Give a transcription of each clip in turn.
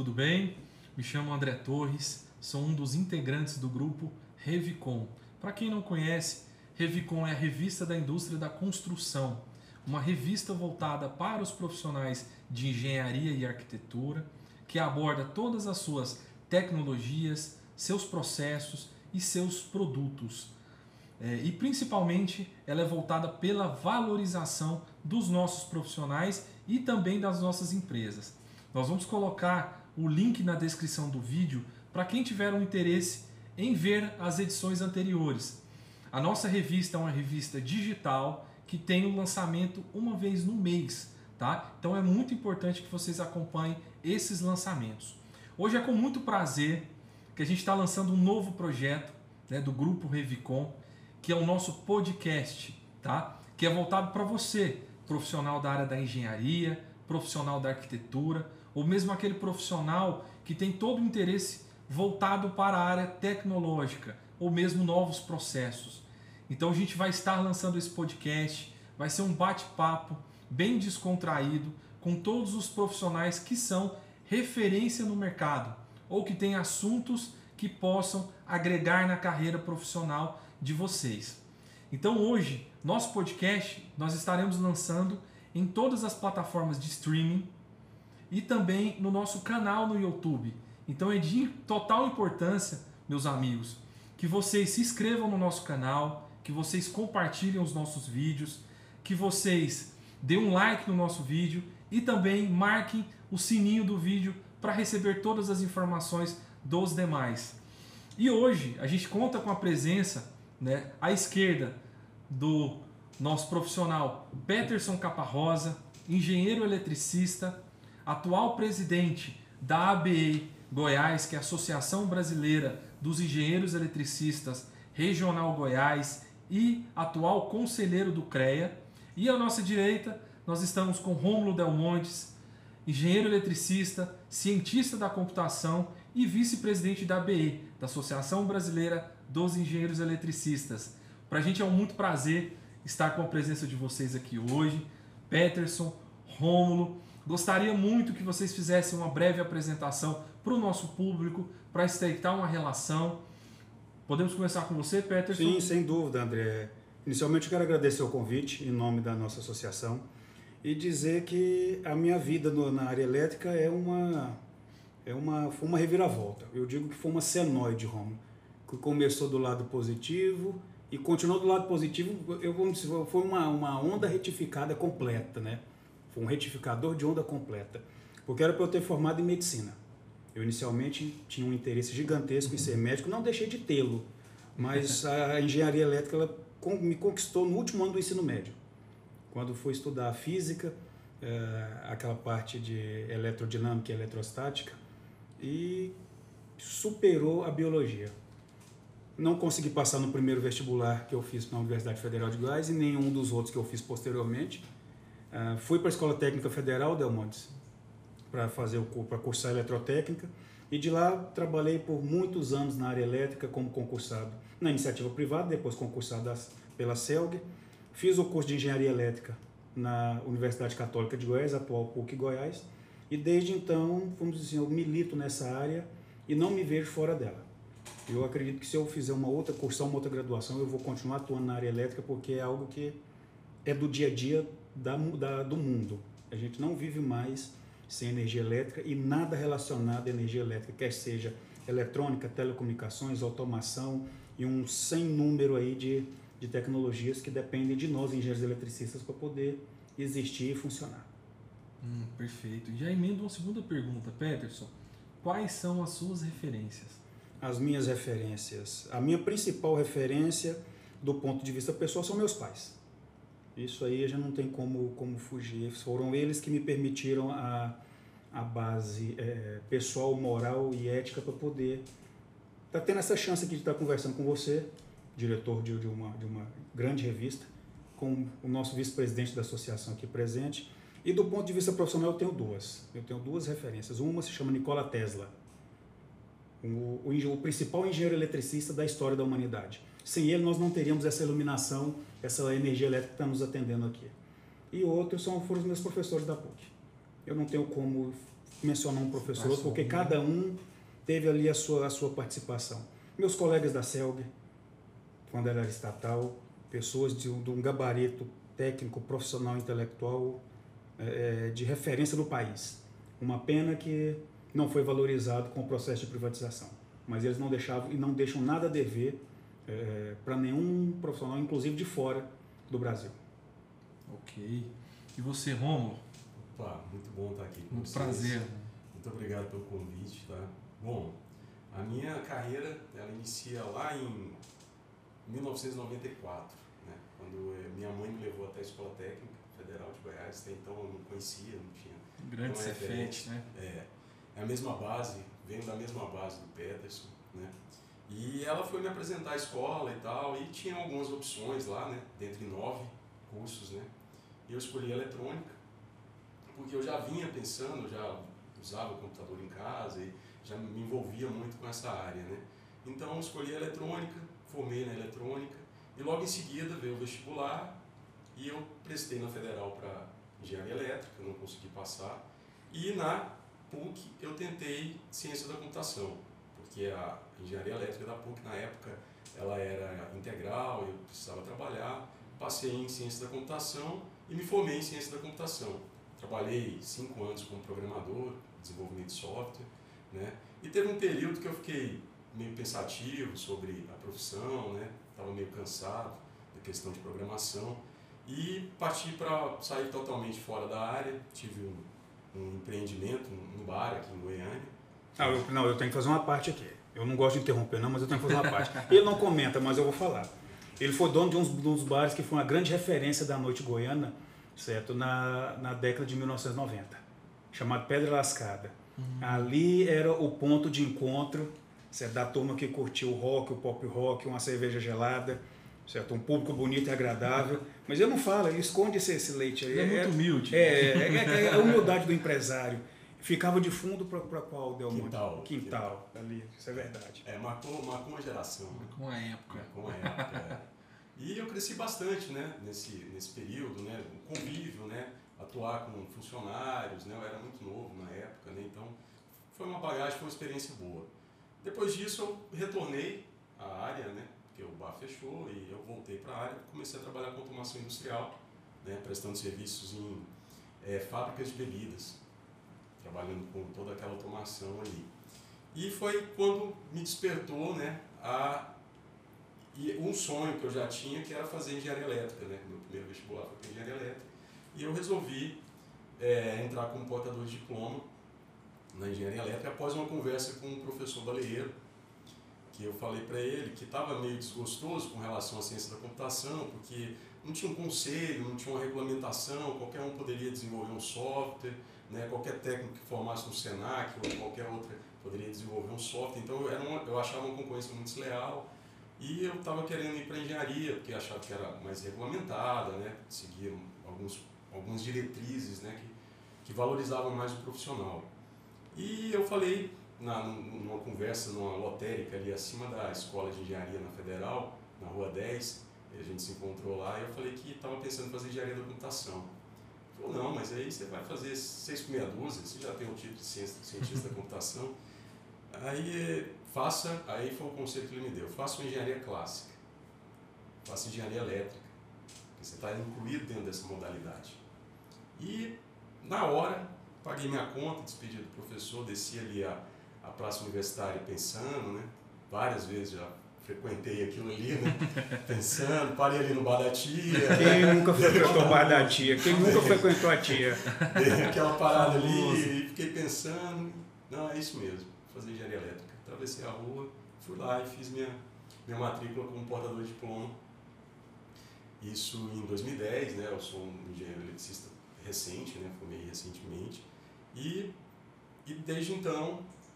tudo bem? Me chamo André Torres, sou um dos integrantes do grupo Revicon. Para quem não conhece, Revicon é a revista da indústria da construção, uma revista voltada para os profissionais de engenharia e arquitetura, que aborda todas as suas tecnologias, seus processos e seus produtos. E principalmente ela é voltada pela valorização dos nossos profissionais e também das nossas empresas. Nós vamos colocar o link na descrição do vídeo para quem tiver um interesse em ver as edições anteriores. A nossa revista é uma revista digital que tem o lançamento uma vez no mês, tá? Então é muito importante que vocês acompanhem esses lançamentos. Hoje é com muito prazer que a gente está lançando um novo projeto, né, do Grupo Revicon, que é o nosso podcast, tá? Que é voltado para você, profissional da área da engenharia, profissional da arquitetura, ou mesmo aquele profissional que tem todo o interesse voltado para a área tecnológica, ou mesmo novos processos. Então a gente vai estar lançando esse podcast, vai ser um bate-papo bem descontraído com todos os profissionais que são referência no mercado, ou que têm assuntos que possam agregar na carreira profissional de vocês. Então hoje, nosso podcast, nós estaremos lançando em todas as plataformas de streaming e também no nosso canal no YouTube. Então é de total importância, meus amigos, que vocês se inscrevam no nosso canal, que vocês compartilhem os nossos vídeos, que vocês dêem um like no nosso vídeo e também marquem o sininho do vídeo para receber todas as informações dos demais. E hoje a gente conta com a presença, né, à esquerda do nosso profissional Peterson Caparrosa, engenheiro eletricista, atual presidente da ABE Goiás, que é a Associação Brasileira dos Engenheiros Eletricistas Regional Goiás, e atual conselheiro do CREA. E à nossa direita nós estamos com Rômulo Delmontes, engenheiro eletricista, cientista da computação e vice-presidente da ABE, da Associação Brasileira dos Engenheiros Eletricistas. Para a gente é um muito prazer estar com a presença de vocês aqui hoje. Peterson, Rômulo, gostaria muito que vocês fizessem uma breve apresentação para o nosso público, para estreitar uma relação. Podemos começar com você, Peterson? Sim, sem dúvida, André. Inicialmente eu quero agradecer o convite em nome da nossa associação e dizer que a minha vida na área elétrica foi uma reviravolta. Eu digo que foi uma senoide, Romulo, que começou do lado positivo e continuou do lado positivo. Foi uma onda retificada completa, né? Foi um retificador de onda completa, porque era para eu ter formado em medicina. Eu inicialmente tinha um interesse gigantesco em ser médico, não deixei de tê-lo, mas a engenharia elétrica ela me conquistou no último ano do ensino médio, quando fui estudar física, aquela parte de eletrodinâmica e eletrostática, e superou a biologia. Não consegui passar no primeiro vestibular que eu fiz na Universidade Federal de Goiás e nenhum dos outros que eu fiz posteriormente. Fui para a Escola Técnica Federal Delmontes para cursar eletrotécnica e de lá trabalhei por muitos anos na área elétrica como concursado na iniciativa privada, depois concursado pela CELG. Fiz o curso de engenharia elétrica na Universidade Católica de Goiás, atual PUC Goiás, e desde então, vamos dizer, eu milito nessa área e não me vejo fora dela. Eu acredito que se eu fizer uma outra cursão, uma outra graduação, eu vou continuar atuando na área elétrica porque é algo que é do dia a dia do mundo. A gente não vive mais sem energia elétrica e nada relacionado à energia elétrica, quer seja eletrônica, telecomunicações, automação e um sem número aí de tecnologias que dependem de nós, engenheiros eletricistas, para poder existir e funcionar. Perfeito. E já emendo uma segunda pergunta, Peterson. Quais são as suas referências? As minhas referências. A minha principal referência, do ponto de vista pessoal, são meus pais. Isso aí já não tem como fugir. Foram eles que me permitiram a base pessoal, moral e ética para poder estar tendo essa chance aqui de estar conversando com você, diretor de uma grande revista, com o nosso vice-presidente da associação aqui presente. E do ponto de vista profissional eu tenho duas referências. Uma se chama Nikola Tesla, o principal engenheiro eletricista da história da humanidade. Sem ele nós não teríamos essa iluminação, essa energia elétrica que está nos atendendo aqui. E outros foram os meus professores da PUC. Eu não tenho como mencionar um professor outro, porque cada um teve ali a sua participação. Meus colegas da CELG, quando ela era estatal, pessoas de um gabarito técnico, profissional, intelectual, de referência no país. Uma pena que não foi valorizado com o processo de privatização. Mas eles não deixavam e não deixam nada a dever para nenhum profissional, inclusive de fora do Brasil. Ok. E você, Rômulo? Opa, muito bom estar aqui com Muito vocês. prazer. Muito obrigado pelo convite, tá? Bom, a minha carreira, ela inicia lá em 1994, né? Quando minha mãe me levou até a Escola Técnica Federal de Goiás. Até então eu não conhecia, não tinha. Grande Cefet, né? É a mesma base, venho da mesma base do Peterson, né? E ela foi me apresentar a escola e tal, e tinha algumas opções lá, né? Dentre 9 cursos, né? E eu escolhi eletrônica, porque eu já vinha pensando, já usava o computador em casa e já me envolvia muito com essa área, né? Então eu escolhi a eletrônica, formei na eletrônica, e logo em seguida veio o vestibular, e eu prestei na Federal para Engenharia Elétrica, não consegui passar, e na PUC eu tentei Ciência da Computação, porque a Engenharia Elétrica da PUC na época ela era integral, eu precisava trabalhar, passei em Ciência da Computação e me formei em Ciência da Computação. Trabalhei 5 anos como programador, desenvolvimento de software, né? E teve um período que eu fiquei meio pensativo sobre a profissão, né? Estava meio cansado da questão de programação e parti para sair totalmente fora da área. Tive um empreendimento, um bar aqui em Goiânia. Eu tenho que fazer uma parte aqui. Eu não gosto de interromper não, mas eu tenho que fazer uma parte. Ele não comenta, mas eu vou falar. Ele foi dono de um dos bares que foi uma grande referência da noite goiana, certo? Na década de 1990, chamado Pedra Lascada. Ali era o ponto de encontro, certo? Da turma que curtiu o rock, o pop rock, uma cerveja gelada, certo? Um público bonito e agradável. Mas ele não fala, ele esconde esse leite aí. Ele é muito humilde. É a humildade do empresário. Ficava de fundo para qual Delmonte? Quintal. Ali, isso é verdade. Marcou uma geração. Marcou uma época. Marcou uma época. E eu cresci bastante, né, nesse período, né, o convívio, né, atuar com funcionários, né, eu era muito novo na época, né, então foi uma bagagem, foi uma experiência boa. Depois disso eu retornei à área, né, porque o bar fechou e eu voltei para a área e comecei a trabalhar com automação industrial, né, prestando serviços em fábricas de bebidas, trabalhando com toda aquela automação ali. E foi quando me despertou, né, e um sonho que eu já tinha, que era fazer engenharia elétrica, né? Meu primeiro vestibular foi para engenharia elétrica. E eu resolvi entrar como portador de diploma na engenharia elétrica após uma conversa com o professor Baleiro, que eu falei para ele que estava meio desgostoso com relação à ciência da computação, porque não tinha um conselho, não tinha uma regulamentação, qualquer um poderia desenvolver um software, né? Qualquer técnico que formasse no Senac ou qualquer outra poderia desenvolver um software. Então eu achava uma concorrência muito desleal. E eu estava querendo ir para a engenharia, porque achava que era mais regulamentada, né? Seguia algumas diretrizes, né? que valorizavam mais o profissional. E eu falei, numa conversa, numa lotérica ali acima da Escola de Engenharia na Federal, na Rua 10, a gente se encontrou lá, e eu falei que estava pensando em fazer engenharia da computação. Ele falou, não, mas aí você vai fazer 6 por meia dúzia, você já tem um título de cientista da computação. Aí foi o conceito que ele me deu, faça uma engenharia clássica, faça engenharia elétrica, porque você está incluído dentro dessa modalidade. E na hora, paguei minha conta, despedi do professor, desci ali a Praça Universitária pensando, né? Várias vezes já frequentei aquilo ali, né? Pensando, parei ali no bar da tia. Quem nunca frequentou o bar da tia? Quem nunca frequentou a tia? Dei aquela parada ali e fiquei pensando, não, é isso mesmo, fazer engenharia elétrica. Atravessei a rua, fui lá e fiz minha matrícula como portador de diploma. Isso em 2010, né? Eu sou um engenheiro eletricista recente, né? Formei recentemente. E desde então,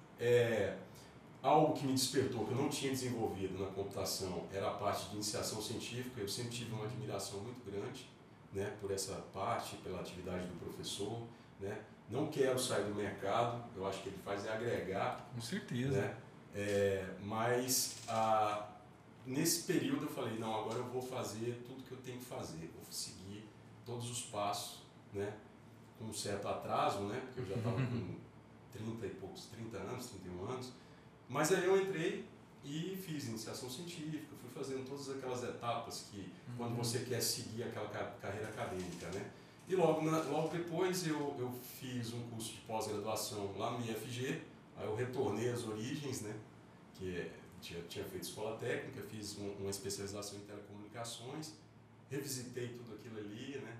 algo que me despertou, que eu não tinha desenvolvido na computação, era a parte de iniciação científica. Eu sempre tive uma admiração muito grande, né? Por essa parte, pela atividade do professor, né? Não quero sair do mercado, eu acho que ele faz agregar. Com certeza. Né? Mas nesse período eu falei, não, agora eu vou fazer tudo que eu tenho que fazer, vou seguir todos os passos, né? Com um certo atraso, né? Porque eu já estava com 30 e poucos, 30 anos, 31 anos. Mas aí eu entrei e fiz iniciação científica, fui fazendo todas aquelas etapas que quando você quer seguir aquela carreira acadêmica, né? E logo depois eu fiz um curso de pós-graduação lá no IFG, aí eu retornei às origens, né? Que tinha feito escola técnica, fiz uma especialização em telecomunicações, revisitei tudo aquilo ali, né?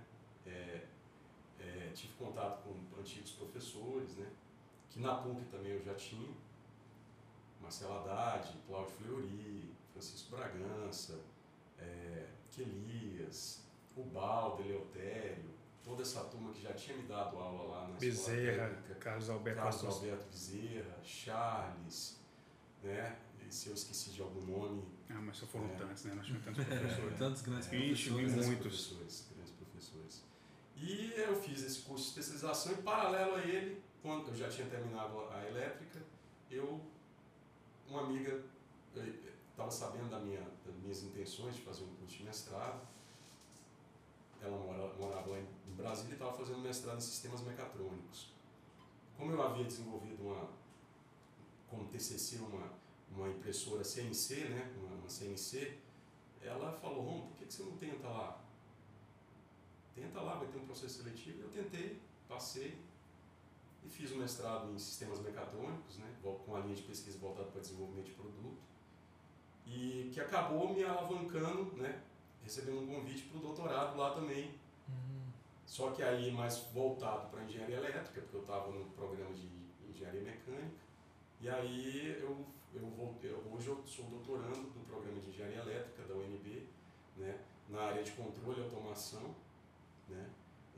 Tive contato com antigos professores, né? Que na PUC também eu já tinha, Marcelo Haddad, Cláudio Fleury, Francisco Bragança, Quelias, Ubaldo, Eleutério, toda essa turma que já tinha me dado aula lá na Bezerra, escola técnica. Carlos Alberto Bezerra, Charles, né? E se eu esqueci de algum nome... mas só foram tantos, né? Nós tínhamos tantos professores. Tantos grandes professores. Grandes professores. E eu fiz esse curso de especialização e, paralelo a ele, quando eu já tinha terminado a elétrica, uma amiga estava sabendo das minhas intenções de fazer um curso de mestrado. Ela morava lá em Brasília e estava fazendo mestrado em sistemas mecatrônicos. Como eu havia desenvolvido como TCC uma impressora CNC, né, uma CNC, ela falou: Romo, por que você não tenta lá? Tenta lá, vai ter um processo seletivo. Eu tentei, passei e fiz um mestrado em sistemas mecatrônicos, né, com a linha de pesquisa voltada para desenvolvimento de produto, e que acabou me alavancando, né, recebendo um convite para o doutorado lá também. Só que aí mais voltado para engenharia elétrica, porque eu estava no programa de engenharia mecânica. E aí hoje eu sou doutorando do programa de engenharia elétrica da UNB, né, na área de controle e automação, né,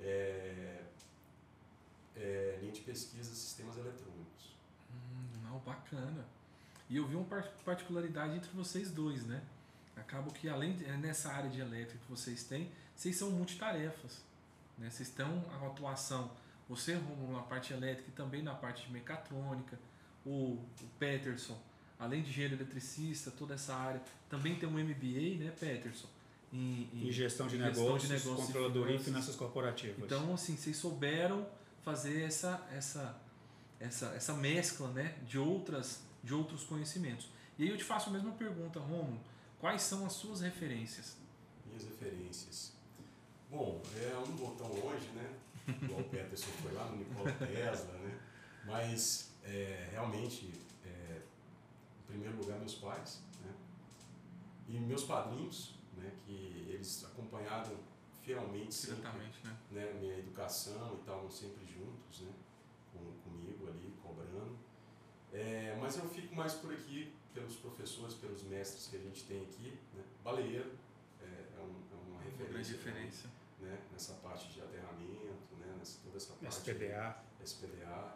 linha de pesquisa sistemas eletrônicos. Não, bacana. E eu vi uma particularidade entre vocês dois, né? Acaba que além nessa área de elétrica que vocês têm, vocês são multitarefas, né? Vocês estão a atuação, você na parte elétrica e também na parte de mecatrônica, o Peterson, além de engenheiro eletricista, toda essa área, também tem um MBA, né, Peterson? Em gestão de negócios, controladoria e finanças corporativas. Então, assim, vocês souberam fazer essa mescla, né, de outros conhecimentos. E aí eu te faço a mesma pergunta, Romulo. Quais são as suas referências? Minhas referências. Bom, eu não vou tão longe, né? Igual o Peterson foi lá no Nikola Tesla, né? Mas realmente, em primeiro lugar, meus pais, né? E meus padrinhos, né? Que eles acompanharam fielmente sempre, né? Minha educação e estavam sempre juntos, né? Comigo ali, cobrando. Mas eu fico mais por aqui, pelos professores, pelos mestres que a gente tem aqui, né? Baleiro é uma referência. Uma grande referência. Né? Nessa parte de aterramento, né? Toda essa parte. SPDA.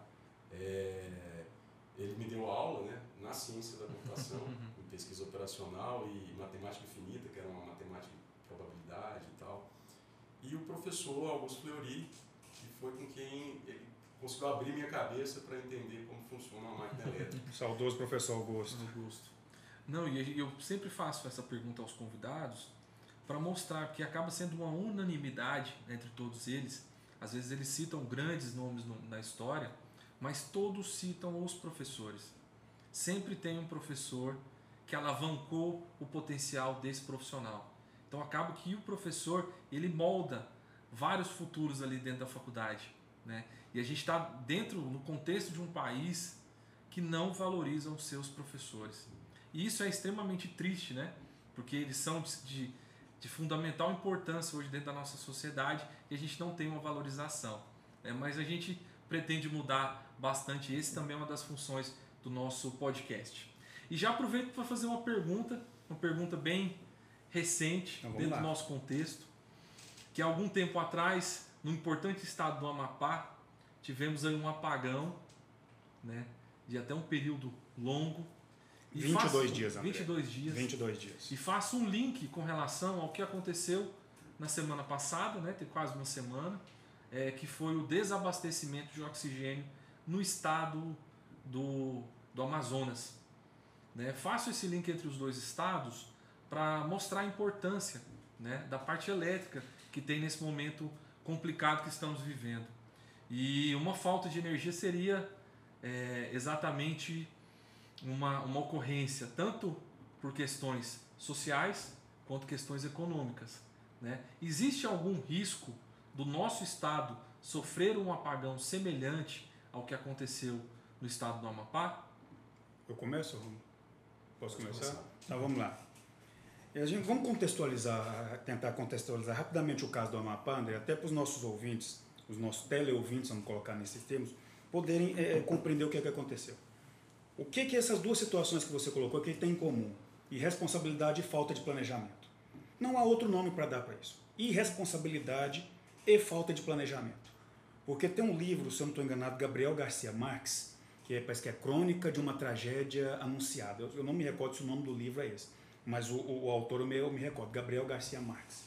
Ele me deu aula, né? Na ciência da computação, em pesquisa operacional e matemática infinita, que era uma matemática de probabilidade e tal. E o professor Augusto Fleury, que foi com quem ele conseguiu abrir minha cabeça para entender como funciona uma máquina elétrica. Saudoso professor Augusto. Não, e eu sempre faço essa pergunta aos convidados para mostrar que acaba sendo uma unanimidade entre todos eles. Às vezes eles citam grandes nomes na história, mas todos citam os professores. Sempre tem um professor que alavancou o potencial desse profissional. Então acaba que o professor ele molda vários futuros ali dentro da faculdade, né? E a gente está no contexto de um país que não valoriza os seus professores. E isso é extremamente triste, né? Porque eles são de fundamental importância hoje dentro da nossa sociedade e a gente não tem uma valorização, né? Mas a gente pretende mudar bastante. Esse também é uma das funções do nosso podcast. E já aproveito para fazer uma pergunta bem recente dentro do nosso contexto, que há algum tempo atrás, no importante estado do Amapá, tivemos aí um apagão, né, de até um período longo. 22 dias, André. 22 dias. E faço um link com relação ao que aconteceu na semana passada, né, tem quase uma semana, que foi o desabastecimento de oxigênio no estado do Amazonas. Né? Faço esse link entre os dois estados para mostrar a importância, né, da parte elétrica que tem nesse momento complicado que estamos vivendo. E uma falta de energia seria exatamente uma ocorrência, tanto por questões sociais quanto questões econômicas, né? Existe algum risco do nosso estado sofrer um apagão semelhante ao que aconteceu no estado do Amapá? Eu começo, Romulo? Posso começar? Então vamos lá. Vamos tentar contextualizar rapidamente o caso do Amapá, André, até para os nossos ouvintes, os nossos teleouvintes, vamos colocar nesses termos, poderem compreender o que aconteceu. O que essas duas situações que você colocou que tem em comum? Irresponsabilidade e falta de planejamento. Não há outro nome para dar para isso. Irresponsabilidade e falta de planejamento. Porque tem um livro, se eu não estou enganado, Gabriel Garcia Marques, que parece que é Crônica de uma Tragédia Anunciada. Eu não me recordo se o nome do livro é esse, mas o autor eu me recordo, Gabriel Garcia Marques.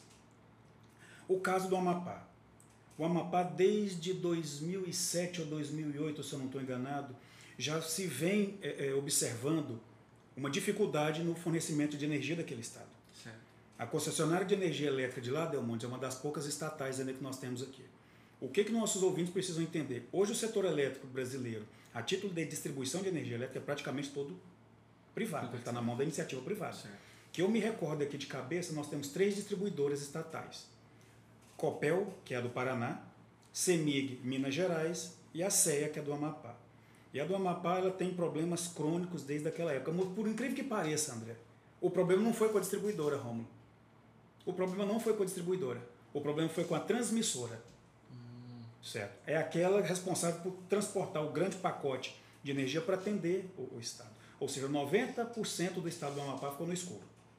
O caso do Amapá. O Amapá, desde 2007 ou 2008, se eu não estou enganado, já se vem observando uma dificuldade no fornecimento de energia daquele estado. Certo. A concessionária de energia elétrica de lá, Delmonte, é uma das poucas estatais ainda que nós temos aqui. O que nossos ouvintes precisam entender? Hoje o setor elétrico brasileiro, a título de distribuição de energia elétrica, é praticamente todo privado, ele está na mão da iniciativa privada. Certo. Que eu me recordo aqui de cabeça, nós temos 3 distribuidoras estatais. Copel, que é a do Paraná, CEMIG, Minas Gerais, e a CEA, que é do Amapá. E a do Amapá ela tem problemas crônicos desde aquela época. Por incrível que pareça, André, o problema não foi com a distribuidora, Rômulo. O problema não foi com a distribuidora. O problema foi com a transmissora. Certo? É aquela responsável por transportar o grande pacote de energia para atender o estado. Ou seja, 90% do estado do Amapá ficou no escuro.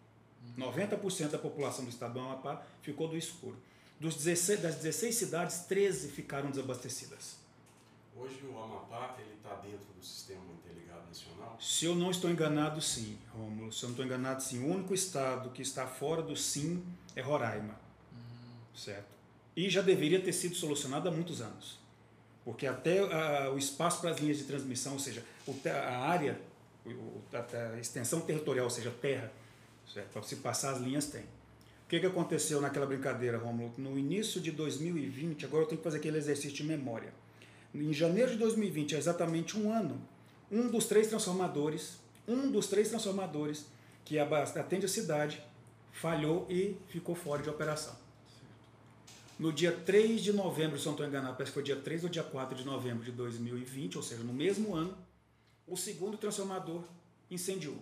90% da população do estado do Amapá ficou do escuro. Das 16 cidades, 13 ficaram desabastecidas. Hoje o Amapá está dentro do Sistema Interligado Nacional? Se eu não estou enganado, sim, Rômulo. Se eu não estou enganado, sim. O único estado que está fora do SIM é Roraima. Certo? E já deveria ter sido solucionado há muitos anos. Porque até o espaço para as linhas de transmissão, ou seja, a área, a extensão territorial, ou seja, terra, para se passar as linhas tem. O que aconteceu naquela brincadeira, Rômulo? No início de 2020, agora eu tenho que fazer aquele exercício de memória. Em janeiro de 2020, é exatamente um ano, um dos três transformadores que atende a cidade falhou e ficou fora de operação. No dia 3 de novembro, se eu não estou enganado, parece que foi dia 3 ou dia 4 de novembro de 2020, ou seja, no mesmo ano, o segundo transformador incendiou.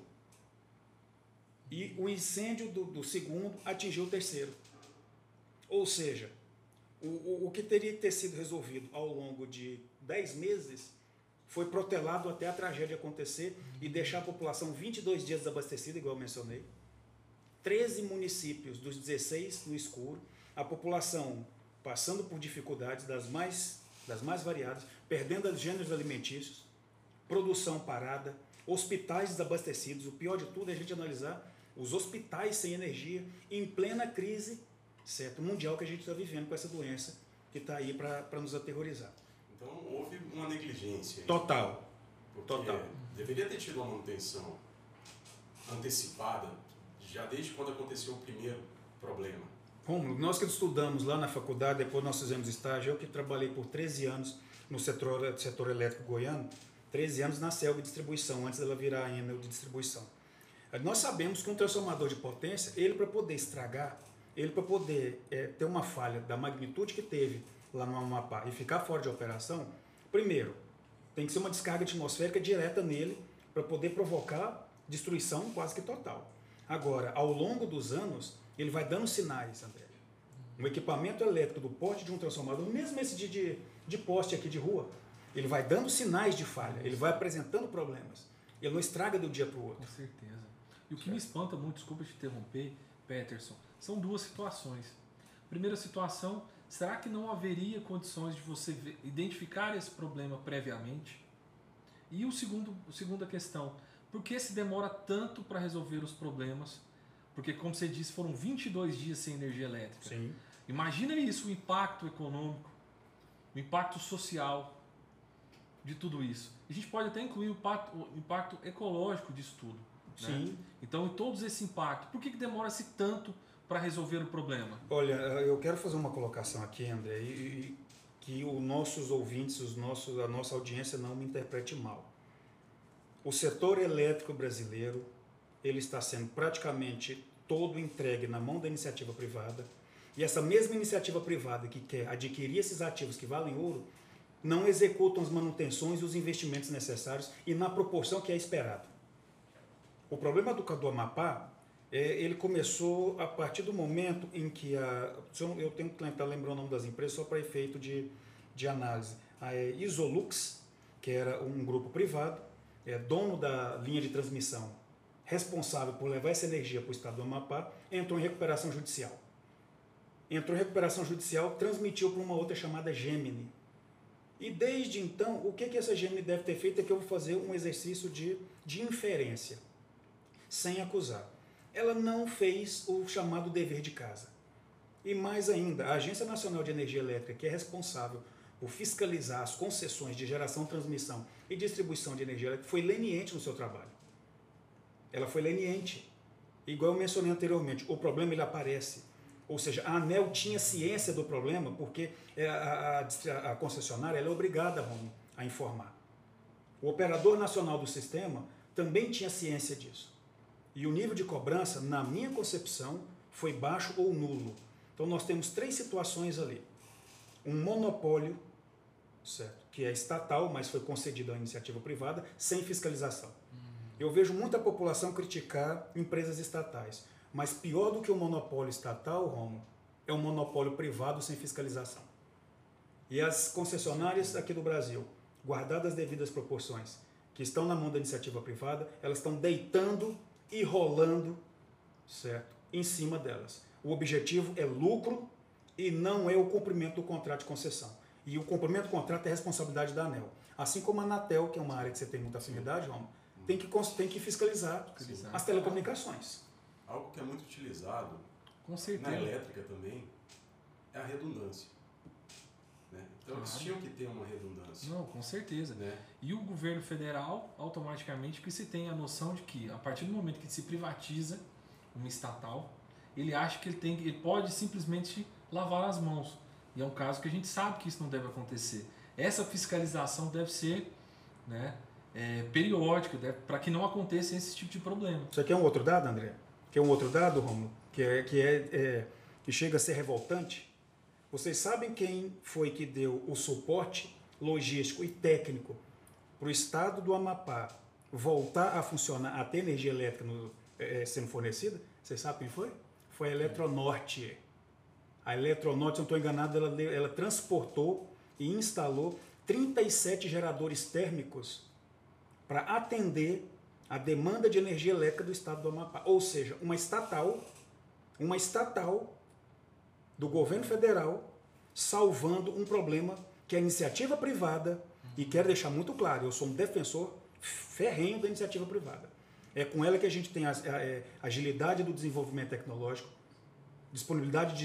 E o incêndio do segundo atingiu o terceiro. Ou seja, o que teria que ter sido resolvido ao longo de 10 meses foi protelado até a tragédia acontecer e deixar a população 22 dias desabastecida, igual eu mencionei. 13 municípios dos 16 no escuro, a população passando por dificuldades das mais variadas, perdendo os gêneros alimentícios, produção parada, hospitais desabastecidos. O pior de tudo é a gente analisar os hospitais sem energia em plena crise, certo, mundial que a gente está vivendo com essa doença que está aí para nos aterrorizar. Então houve uma negligência. Aí. Total. Deveria ter tido uma manutenção antecipada já desde quando aconteceu o primeiro problema. Rômulo, nós que estudamos lá na faculdade, depois nós fizemos estágio, eu que trabalhei por 13 anos no setor elétrico goiano, 13 anos na Celg Distribuição, antes dela virar a Enel de distribuição. Nós sabemos que um transformador de potência, ele para poder estragar, ele para poder ter uma falha da magnitude que teve lá no Amapá e ficar fora de operação, primeiro, tem que ser uma descarga atmosférica direta nele para poder provocar destruição quase que total. Agora, ao longo dos anos, ele vai dando sinais, André. Um equipamento elétrico do porte de um transformador, mesmo esse de poste aqui de rua, ele vai dando sinais de falha, ele vai apresentando problemas. Ele não estraga do dia para o outro. Com certeza. E o que me espanta muito, desculpa te interromper, Peterson, são duas situações. Primeira situação, será que não haveria condições de você identificar esse problema previamente? E segunda questão, por que se demora tanto para resolver os problemas? Porque, como você disse, foram 22 dias sem energia elétrica. Sim. Imagina isso, o impacto econômico, o impacto social de tudo isso. A gente pode até incluir o impacto ecológico disso tudo. Né? Sim. Então, em todos esse impacto, por que demora-se tanto para resolver o problema? Olha, eu quero fazer uma colocação aqui, André, que os nossos ouvintes, a nossa audiência não me interprete mal. O setor elétrico brasileiro, ele está sendo praticamente todo entregue na mão da iniciativa privada, e essa mesma iniciativa privada que quer adquirir esses ativos que valem ouro, não executam as manutenções e os investimentos necessários e na proporção que é esperado. O problema do Amapá, ele começou a partir do momento em que eu tenho que tentar lembrar o nome das empresas só para efeito de análise. A Isolux, que era um grupo privado, dono da linha de transmissão, responsável por levar essa energia para o estado do Amapá, entrou em recuperação judicial. Transmitiu para uma outra chamada Gemini. E desde então, o que essa Gemini deve ter feito é que eu vou fazer um exercício de inferência, sem acusar. Ela não fez o chamado dever de casa. E mais ainda, a Agência Nacional de Energia Elétrica, que é responsável por fiscalizar as concessões de geração, transmissão e distribuição de energia elétrica, foi leniente no seu trabalho. Ela foi leniente. Igual eu mencionei anteriormente, o problema ele aparece. Ou seja, a ANEEL tinha ciência do problema porque a concessionária ela é obrigada a informar. O operador nacional do sistema também tinha ciência disso. E o nível de cobrança, na minha concepção, foi baixo ou nulo. Então nós temos 3 situações ali. Um monopólio, certo, que é estatal, mas foi concedido à iniciativa privada, sem fiscalização. Eu vejo muita população criticar empresas estatais. Mas pior do que o monopólio estatal, Romulo, é um monopólio privado sem fiscalização. E as concessionárias aqui do Brasil, guardadas as devidas proporções, que estão na mão da iniciativa privada, elas estão deitando e rolando, certo, em cima delas. O objetivo é lucro e não é o cumprimento do contrato de concessão. E o cumprimento do contrato é responsabilidade da ANEEL. Assim como a Anatel, que é uma área que você tem muita afinidade, Romulo, tem que fiscalizar as telecomunicações. Algo que é muito utilizado Com certeza. na elétrica também é a redundância. Né? Então eles tinham que ter uma redundância. Não, com certeza. Né? E o governo federal, automaticamente, que se tem a noção de que, a partir do momento que se privatiza uma estatal, ele acha que ele pode simplesmente lavar as mãos. E é um caso que a gente sabe que isso não deve acontecer. Essa fiscalização deve ser, né, periódica, para que não aconteça esse tipo de problema. Isso aqui é um outro dado, André? Que é um outro dado, Romulo, que chega a ser revoltante. Vocês sabem quem foi que deu o suporte logístico e técnico para o estado do Amapá voltar a funcionar, a ter energia elétrica sendo fornecida? Vocês sabem quem foi? Foi a Eletronorte. A Eletronorte, se não estou enganado, ela transportou e instalou 37 geradores térmicos para atender a demanda de energia elétrica do estado do Amapá. Ou seja, uma estatal do governo federal salvando um problema que é a iniciativa privada, e quero deixar muito claro, eu sou um defensor ferrenho da iniciativa privada. É com ela que a gente tem a agilidade do desenvolvimento tecnológico, disponibilidade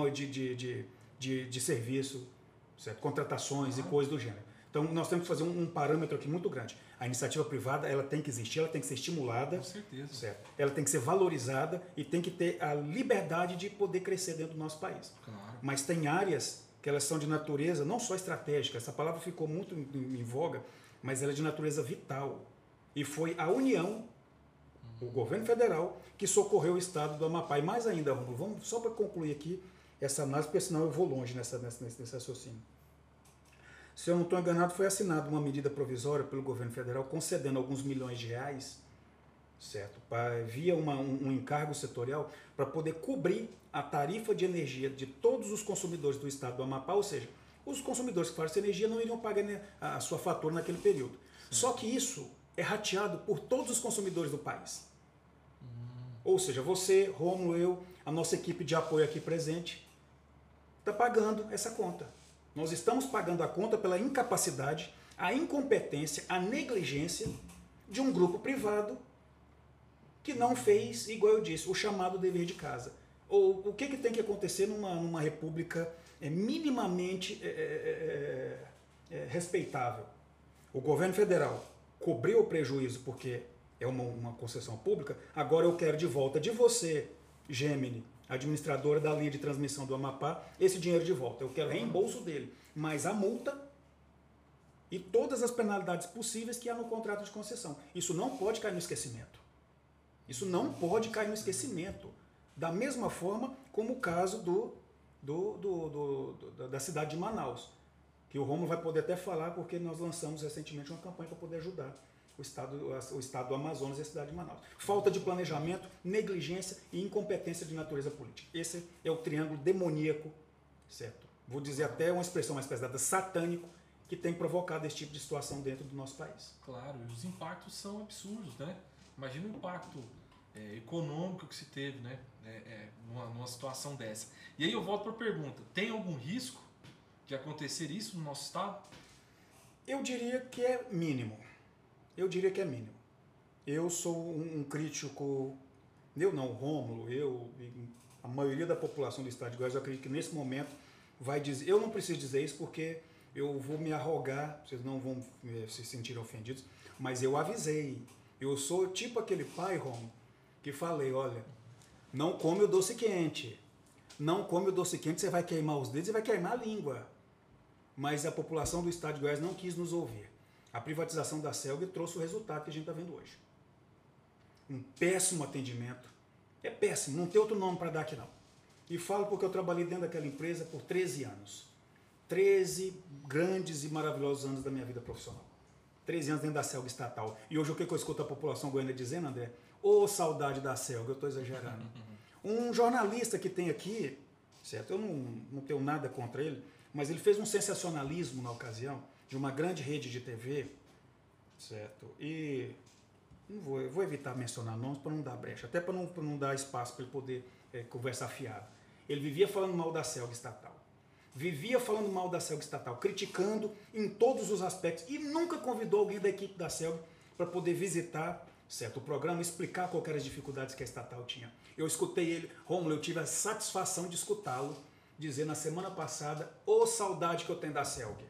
de serviço, certo? Contratações e coisas do gênero. Então, nós temos que fazer um parâmetro aqui muito grande. A iniciativa privada, ela tem que existir, ela tem que ser estimulada. Com certeza. Certo? Ela tem que ser valorizada e tem que ter a liberdade de poder crescer dentro do nosso país. Claro. Mas tem áreas que elas são de natureza não só estratégica, essa palavra ficou muito em voga, mas ela é de natureza vital. E foi a União, o governo federal, que socorreu o estado do Amapá. E mais ainda, Romulo, vamos só para concluir aqui essa análise, porque senão eu vou longe nesse raciocínio. Se eu não estou enganado, foi assinada uma medida provisória pelo governo federal concedendo alguns milhões de reais, certo? Via um encargo setorial para poder cobrir a tarifa de energia de todos os consumidores do estado do Amapá, ou seja, os consumidores que fazem essa energia não iriam pagar a sua fatura naquele período. Só que isso é rateado por todos os consumidores do país. Ou seja, você, Romulo, eu, a nossa equipe de apoio aqui presente, está pagando essa conta. Nós estamos pagando a conta pela incapacidade, a incompetência, a negligência de um grupo privado que não fez, igual eu disse, o chamado dever de casa. Ou o que tem que acontecer numa república minimamente respeitável? O governo federal cobriu o prejuízo porque é uma concessão pública, agora eu quero de volta de você, Gemini, administradora da linha de transmissão do Amapá, esse dinheiro de volta. Eu quero reembolso dele, mas a multa e todas as penalidades possíveis que há no contrato de concessão. Isso não pode cair no esquecimento. Isso não pode cair no esquecimento. Da mesma forma como o caso da cidade de Manaus, que o Rômulo vai poder até falar, porque nós lançamos recentemente uma campanha para poder ajudar o estado do Amazonas e a cidade de Manaus. Falta de planejamento, negligência e incompetência de natureza política. Esse é o triângulo demoníaco, certo? Vou dizer até uma expressão mais pesada, satânico, que tem provocado esse tipo de situação dentro do nosso país. Claro, e os impactos são absurdos, né? Imagina o impacto econômico que se teve, né? Numa situação dessa. E aí eu volto para a pergunta, tem algum risco de acontecer isso no nosso estado? Eu diria que é mínimo. Eu sou um crítico, eu não, o Rômulo, a maioria da população do estado de Goiás, eu acredito que nesse momento vai dizer, eu não preciso dizer isso porque eu vou me arrogar, vocês não vão se sentir ofendidos, mas eu avisei. Eu sou tipo aquele pai, Rômulo, que falei, olha, não come o doce quente. Não come o doce quente, você vai queimar os dedos e vai queimar a língua. Mas a população do estado de Goiás não quis nos ouvir. A privatização da CELG trouxe o resultado que a gente está vendo hoje. Um péssimo atendimento. É péssimo, não tem outro nome para dar aqui não. E falo porque eu trabalhei dentro daquela empresa por 13 anos. 13 grandes e maravilhosos anos da minha vida profissional. 13 anos dentro da CELG estatal. E hoje o que eu escuto a população goiana dizendo, André? Ô, saudade da CELG, eu estou exagerando. Um jornalista que tem aqui, certo? Eu não tenho nada contra ele, mas ele fez um sensacionalismo na ocasião de uma grande rede de TV, certo? E eu vou evitar mencionar nomes para não dar brecha, até para não dar espaço para ele poder conversar fiado. Ele vivia falando mal da CELG estatal. Criticando em todos os aspectos e nunca convidou alguém da equipe da CELG para poder visitar, certo, o programa, explicar quais eram as dificuldades que a estatal tinha. Eu escutei ele, Rômulo, eu tive a satisfação de escutá-lo dizer na semana passada, ô saudade que eu tenho da CELG.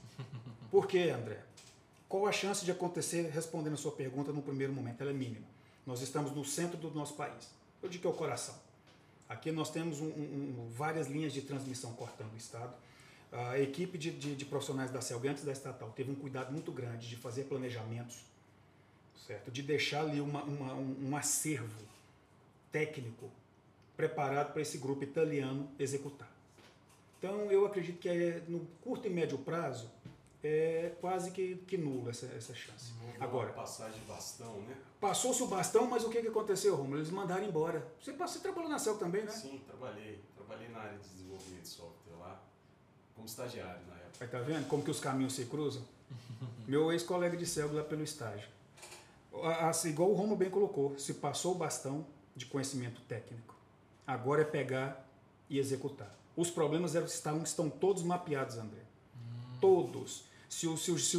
Por quê, André? Qual a chance de acontecer, respondendo a sua pergunta no primeiro momento? Ela é mínima. Nós estamos no centro do nosso país. Eu digo que é o coração. Aqui nós temos várias linhas de transmissão cortando o estado. A equipe de profissionais da CELG, antes da estatal, teve um cuidado muito grande de fazer planejamentos, certo? De deixar ali um acervo técnico preparado para esse grupo italiano executar. Então, eu acredito que no curto e médio prazo é quase que nula essa chance. Agora, passagem de bastão, né? Passou-se o bastão, mas o que aconteceu, Romulo? Eles mandaram embora. Você trabalhou na CELG também, né? Sim, trabalhei. Trabalhei na área de desenvolvimento de software lá, como estagiário na época. Aí tá vendo como que os caminhos se cruzam? Meu ex-colega de CELG lá pelo estágio. Assim, igual o Romulo bem colocou, se passou o bastão de conhecimento técnico. Agora é pegar e executar. Os problemas estão todos mapeados, André. Todos. Se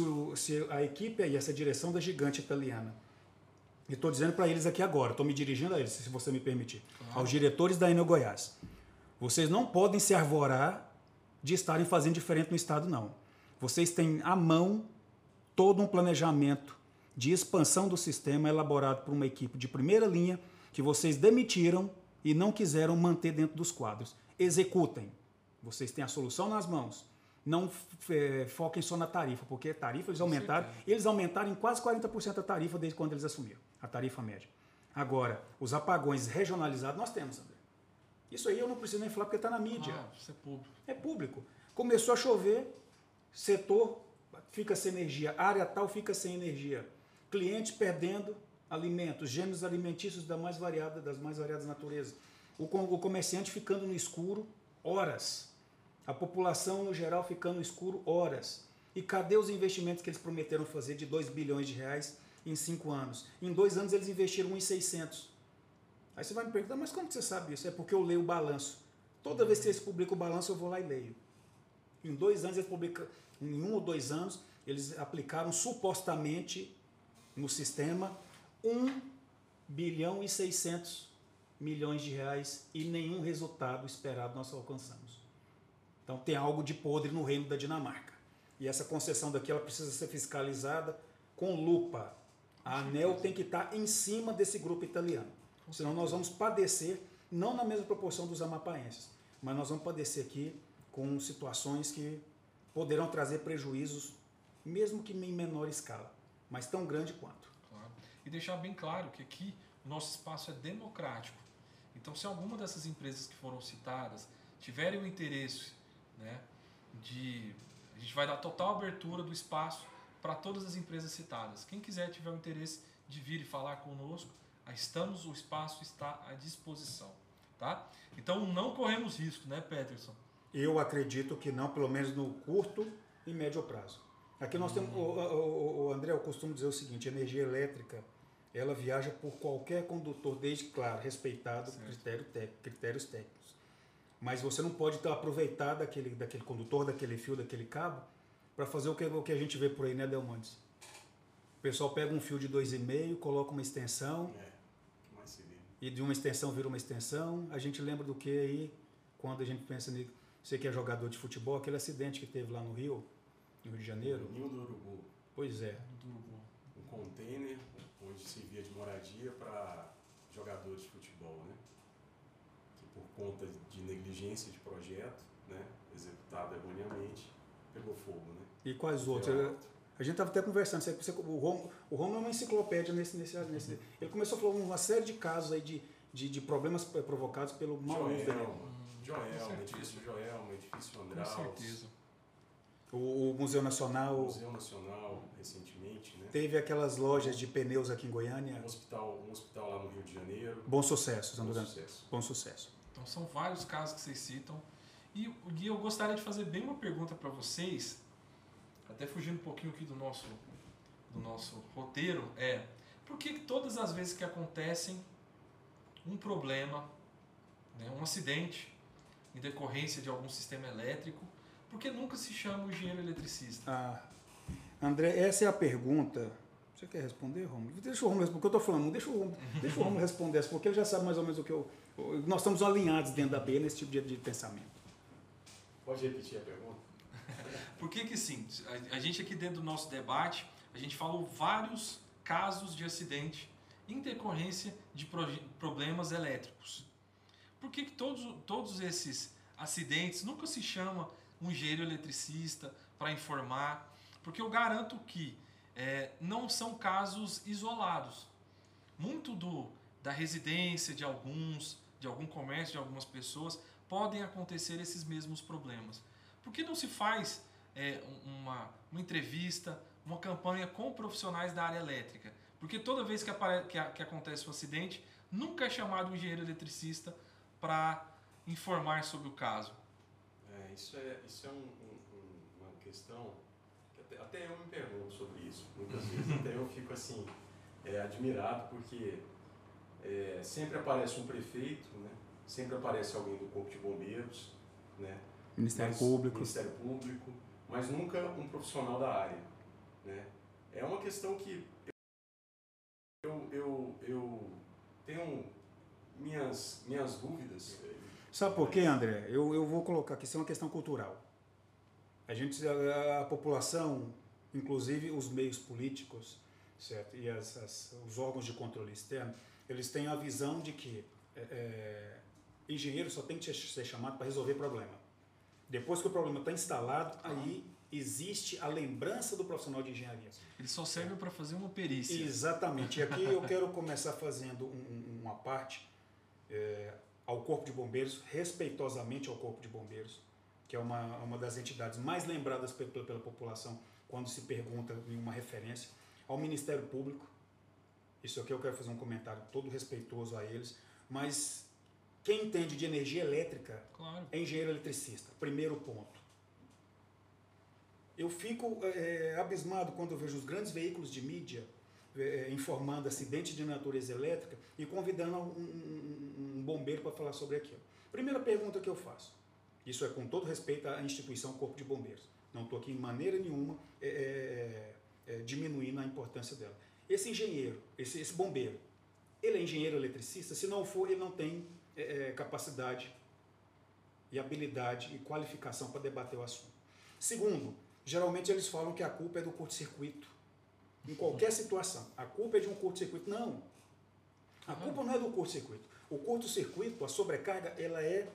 a equipe aí, essa direção da gigante italiana, e estou dizendo para eles aqui agora, estou me dirigindo a eles, se você me permitir, aos diretores da Enel Goiás, vocês não podem se arvorar de estarem fazendo diferente no estado, não. Vocês têm à mão todo um planejamento de expansão do sistema elaborado por uma equipe de primeira linha que vocês demitiram e não quiseram manter dentro dos quadros. Executem. Vocês têm a solução nas mãos. Não foquem só na tarifa, porque a tarifa eles aumentaram em quase 40% a tarifa desde quando eles assumiram, a tarifa média. Agora, os apagões regionalizados nós temos, André. Isso aí eu não preciso nem falar porque está na mídia. Isso é público. É público. Começou a chover, setor fica sem energia, área tal fica sem energia. Clientes perdendo alimentos, gêneros alimentícios das mais variadas naturezas. O comerciante ficando no escuro horas. A população, no geral, ficando no escuro horas. E cadê os investimentos que eles prometeram fazer de 2 bilhões de reais em 5 anos? Em 2 anos eles investiram 1,600. Aí você vai me perguntar, mas como você sabe isso? É porque eu leio o balanço. Toda vez que eles publicam o balanço, eu vou lá e leio. Em 2 anos, em 1 ou 2 anos, eles aplicaram supostamente no sistema 1 bilhão e 600 milhões de reais e nenhum resultado esperado nós alcançamos. Então tem algo de podre no reino da Dinamarca. E essa concessão daqui ela precisa ser fiscalizada com lupa. A ANEEL tem que estar em cima desse grupo italiano. Senão nós vamos padecer não na mesma proporção dos amapaenses, mas nós vamos padecer aqui com situações que poderão trazer prejuízos, mesmo que em menor escala, mas tão grande quanto. Claro. E deixar bem claro que aqui o nosso espaço é democrático. Então, se alguma dessas empresas que foram citadas tiverem o interesse, né, a gente vai dar total abertura do espaço para todas as empresas citadas. Quem quiser tiver o interesse de vir e falar conosco, o espaço está à disposição. Tá? Então, não corremos risco, né, Peterson? Eu acredito que não, pelo menos no curto e médio prazo. Aqui nós temos, o André, eu costumo dizer o seguinte, a energia elétrica, ela viaja por qualquer condutor, desde, claro, respeitado critérios técnicos. Mas você não pode aproveitar daquele condutor, daquele fio, daquele cabo, para fazer o que a gente vê por aí, né, Delmontes? O pessoal pega um fio de 2,5, coloca uma extensão, e de uma extensão vira uma extensão. A gente lembra do que aí, quando a gente pensa nisso, você que é jogador de futebol, aquele acidente que teve lá no Rio de Janeiro. No Ninho do Urubu. Pois é. Um container onde servia de moradia para jogadores de futebol, né? Que por conta de negligência de projeto, né, executado erroneamente, pegou fogo, né? E quais outros? A gente estava até conversando, o Romulo é uma enciclopédia nesse. Ele começou a falar uma série de casos aí de problemas provocados pelo mau uso da energia. Joelma, edifício Joelma, edifício Andraus. Com certeza. O Museu Nacional. O Museu Nacional, recentemente, né? Teve aquelas lojas de pneus aqui em Goiânia. Um hospital lá no Rio de Janeiro. Bom sucesso, Bom sucesso. Então são vários casos que vocês citam. E eu gostaria de fazer bem uma pergunta para vocês, até fugindo um pouquinho aqui do nosso roteiro, por que todas as vezes que acontecem um problema, né, um acidente, em decorrência de algum sistema elétrico, por que nunca se chama o engenheiro eletricista? André, essa é a pergunta. Você quer responder, Romulo? Deixa o Romulo responder, porque eu estou falando, deixa o Romulo responder essa, porque ele já sabe mais ou menos o que nós estamos alinhados dentro da B nesse tipo de pensamento. Pode repetir a pergunta? Por que sim? A gente aqui dentro do nosso debate, a gente falou vários casos de acidente em decorrência de problemas elétricos. Por que todos esses acidentes nunca se chama um engenheiro eletricista para informar? Porque eu garanto que não são casos isolados. Muito da residência de algum comércio, de algumas pessoas, podem acontecer esses mesmos problemas. Por que não se faz uma entrevista, uma campanha com profissionais da área elétrica? Porque toda vez que acontece um acidente, nunca é chamado um engenheiro eletricista para informar sobre o caso. Isso é uma questão que até eu me pergunto sobre isso, muitas vezes. Até eu fico assim, admirado, porque sempre aparece um prefeito, né? Sempre aparece alguém do Corpo de Bombeiros, né? Ministério Público, mas nunca um profissional da área, né? É uma questão que eu tenho minhas dúvidas. Sabe por quê, André? Eu vou colocar aqui, isso é uma questão cultural. A população, inclusive os meios políticos, certo? E os órgãos de controle externo, eles têm a visão de que engenheiro só tem que ser chamado para resolver problema. Depois que o problema está instalado, aí existe a lembrança do profissional de engenharia. Ele só serve para fazer uma perícia. Exatamente. E aqui eu quero começar fazendo uma parte ao Corpo de Bombeiros, respeitosamente ao Corpo de Bombeiros, que é uma das entidades mais lembradas pela população quando se pergunta em uma referência, ao Ministério Público. Isso aqui eu quero fazer um comentário todo respeitoso a eles, mas quem entende de energia elétrica é engenheiro eletricista. Primeiro ponto. Eu fico abismado quando eu vejo os grandes veículos de mídia informando acidentes de natureza elétrica e convidando um bombeiro para falar sobre aquilo. Primeira pergunta que eu faço, isso é com todo respeito à instituição Corpo de Bombeiros, não estou aqui em maneira nenhuma diminuindo a importância dela. Esse engenheiro, esse bombeiro, ele é engenheiro eletricista? Se não for, ele não tem capacidade e habilidade e qualificação para debater o assunto. Segundo, geralmente eles falam que a culpa é do curto-circuito. Em qualquer situação. A culpa é de um curto-circuito. Não. A culpa não é do curto-circuito. O curto-circuito, a sobrecarga, ela é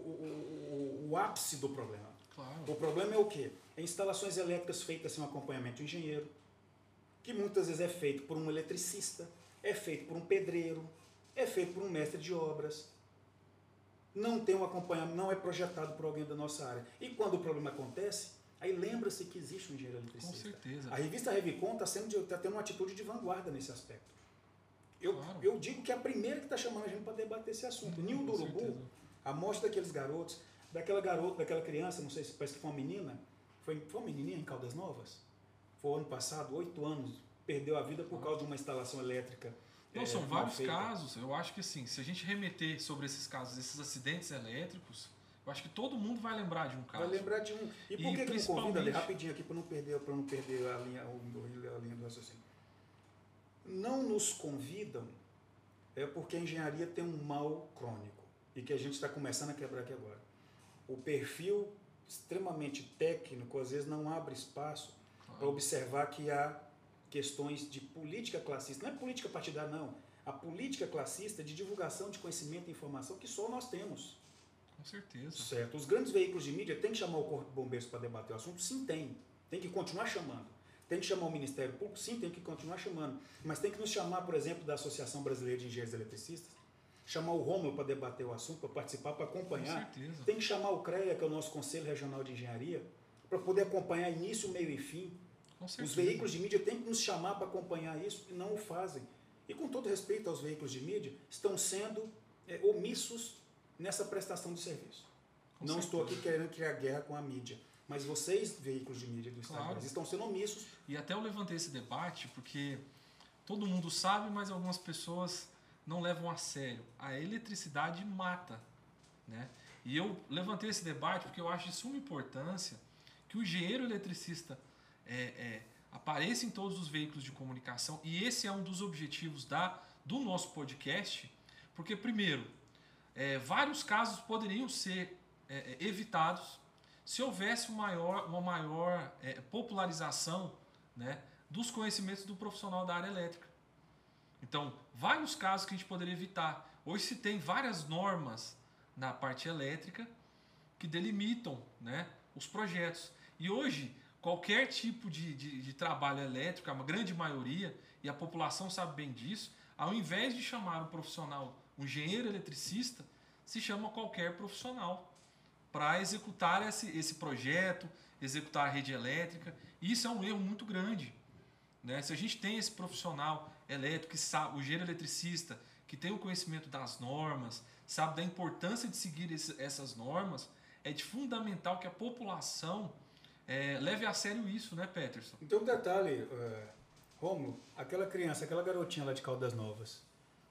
o ápice do problema. Claro. O problema é o quê? É instalações elétricas feitas sem um acompanhamento do engenheiro, que muitas vezes é feito por um eletricista, é feito por um pedreiro, é feito por um mestre de obras. Não tem um acompanhamento, não é projetado por alguém da nossa área. E quando o problema acontece, aí lembra-se que existe um engenheiro eletricista. Com certeza. A revista Revicon está tendo uma atitude de vanguarda nesse aspecto. Claro. Eu digo que é a primeira que está chamando a gente para debater esse assunto. Ninho do Urubu, a mostra daqueles garotos, daquela criança, não sei se parece que foi uma menina, foi uma menininha em Caldas Novas? Foi ano passado, 8 anos, perdeu a vida por causa de uma instalação elétrica. Não, são vários casos. Eu acho que assim, se a gente remeter sobre esses casos, esses acidentes elétricos, eu acho que todo mundo vai lembrar de um caso. Vai lembrar de um. E por que não convida ali, rapidinho aqui, para não perder a linha do raciocínio? Não nos convidam porque a engenharia tem um mal crônico e que a gente está começando a quebrar aqui agora. O perfil extremamente técnico, às vezes, não abre espaço para observar que há questões de política classista. Não é política partidária, não. A política classista de divulgação de conhecimento e informação que só nós temos. Com certeza. Certo. Os grandes veículos de mídia têm que chamar o Corpo de Bombeiros para debater o assunto? Sim, tem. Tem que continuar chamando. Tem que chamar o Ministério Público? Sim, tem que continuar chamando. Mas tem que nos chamar, por exemplo, da Associação Brasileira de Engenheiros Eletricistas, chamar o Rômulo para debater o assunto, para participar, para acompanhar. Com certeza. Tem que chamar o CREA, que é o nosso Conselho Regional de Engenharia, para poder acompanhar início, meio e fim. Com certeza. Os veículos de mídia têm que nos chamar para acompanhar isso e não o fazem. E com todo respeito aos veículos de mídia, estão sendo omissos nessa prestação de serviço. Não estou aqui querendo criar guerra com a mídia, mas vocês, veículos de mídia do Estado, estão sendo omissos. E até eu levantei esse debate porque todo mundo sabe, mas algumas pessoas não levam a sério. A eletricidade mata, né? E eu levantei esse debate porque eu acho de suma importância que o engenheiro eletricista apareça em todos os veículos de comunicação, e esse é um dos objetivos do nosso podcast, porque, primeiro, vários casos poderiam ser evitados se houvesse uma maior popularização, né, dos conhecimentos do profissional da área elétrica. Então, vários casos que a gente poderia evitar. Hoje se tem várias normas na parte elétrica que delimitam, né, os projetos. E hoje, qualquer tipo de trabalho elétrico, a grande maioria, e a população sabe bem disso, ao invés de chamar um profissional, um engenheiro eletricista, se chama qualquer profissional para executar esse projeto, executar a rede elétrica. E isso é um erro muito grande, né? Se a gente tem esse profissional elétrico, que sabe, o engenheiro eletricista, que tem o conhecimento das normas, sabe da importância de seguir essas normas, é de fundamental que a população leve a sério isso, né, Peterson? Então, um detalhe, Rômulo, aquela criança, aquela garotinha lá de Caldas Novas,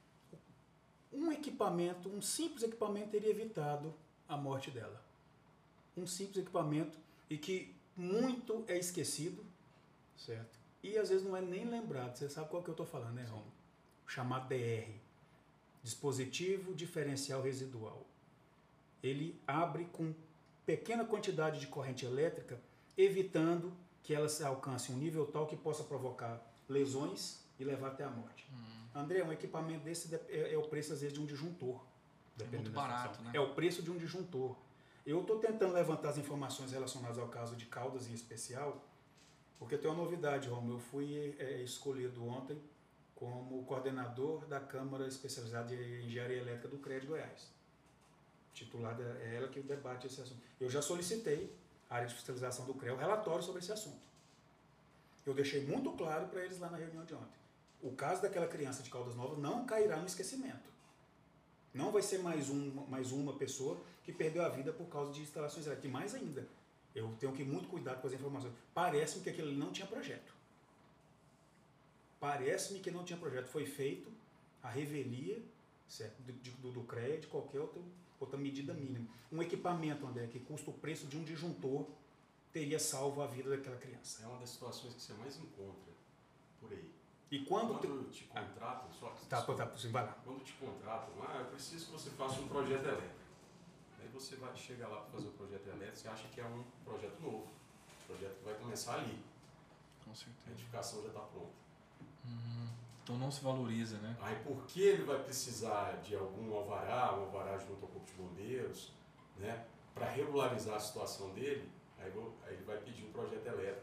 um simples equipamento teria evitado a morte dela. Um simples equipamento, e que muito é esquecido, certo? E às vezes não é nem lembrado. Você sabe qual que eu estou falando, né, Rômulo? O chamado DR, Dispositivo Diferencial Residual. Ele abre com pequena quantidade de corrente elétrica, evitando que ela alcance um nível tal que possa provocar lesões e levar até a morte. André, um equipamento desse é o preço, às vezes, de um disjuntor. É muito barato, né? É o preço de um disjuntor. Eu estou tentando levantar as informações relacionadas ao caso de Caldas em especial, porque tem uma novidade, Romulo. Eu fui escolhido ontem como coordenador da Câmara Especializada de Engenharia Elétrica do CREA de Goiás. Titulada é ela que debate esse assunto. Eu já solicitei à área de fiscalização do CREA o relatório sobre esse assunto. Eu deixei muito claro para eles lá na reunião de ontem. O caso daquela criança de Caldas Novas não cairá no esquecimento. Não vai ser mais uma pessoa que perdeu a vida por causa de instalações elétricas. E mais ainda, eu tenho que ir muito cuidado com as informações. Parece-me que aquilo não tinha projeto. Parece-me que não tinha projeto. Foi feito a revelia, certo, do CREA, de qualquer outra medida mínima. Um equipamento, André, que custa o preço de um disjuntor, teria salvo a vida daquela criança. É uma das situações que você mais encontra por aí. E quando te contratam, vai lá. Quando te contratam, eu preciso que você faça um projeto elétrico. Aí você vai chegar lá para fazer o projeto elétrico, você acha que é um projeto novo, um projeto que vai começar ali. Com certeza. A edificação já está pronta. Então não se valoriza, né? Aí por que ele vai precisar de algum alvará, um alvará junto ao Corpo de Bombeiros, né, para regularizar a situação dele? Aí ele vai pedir um projeto elétrico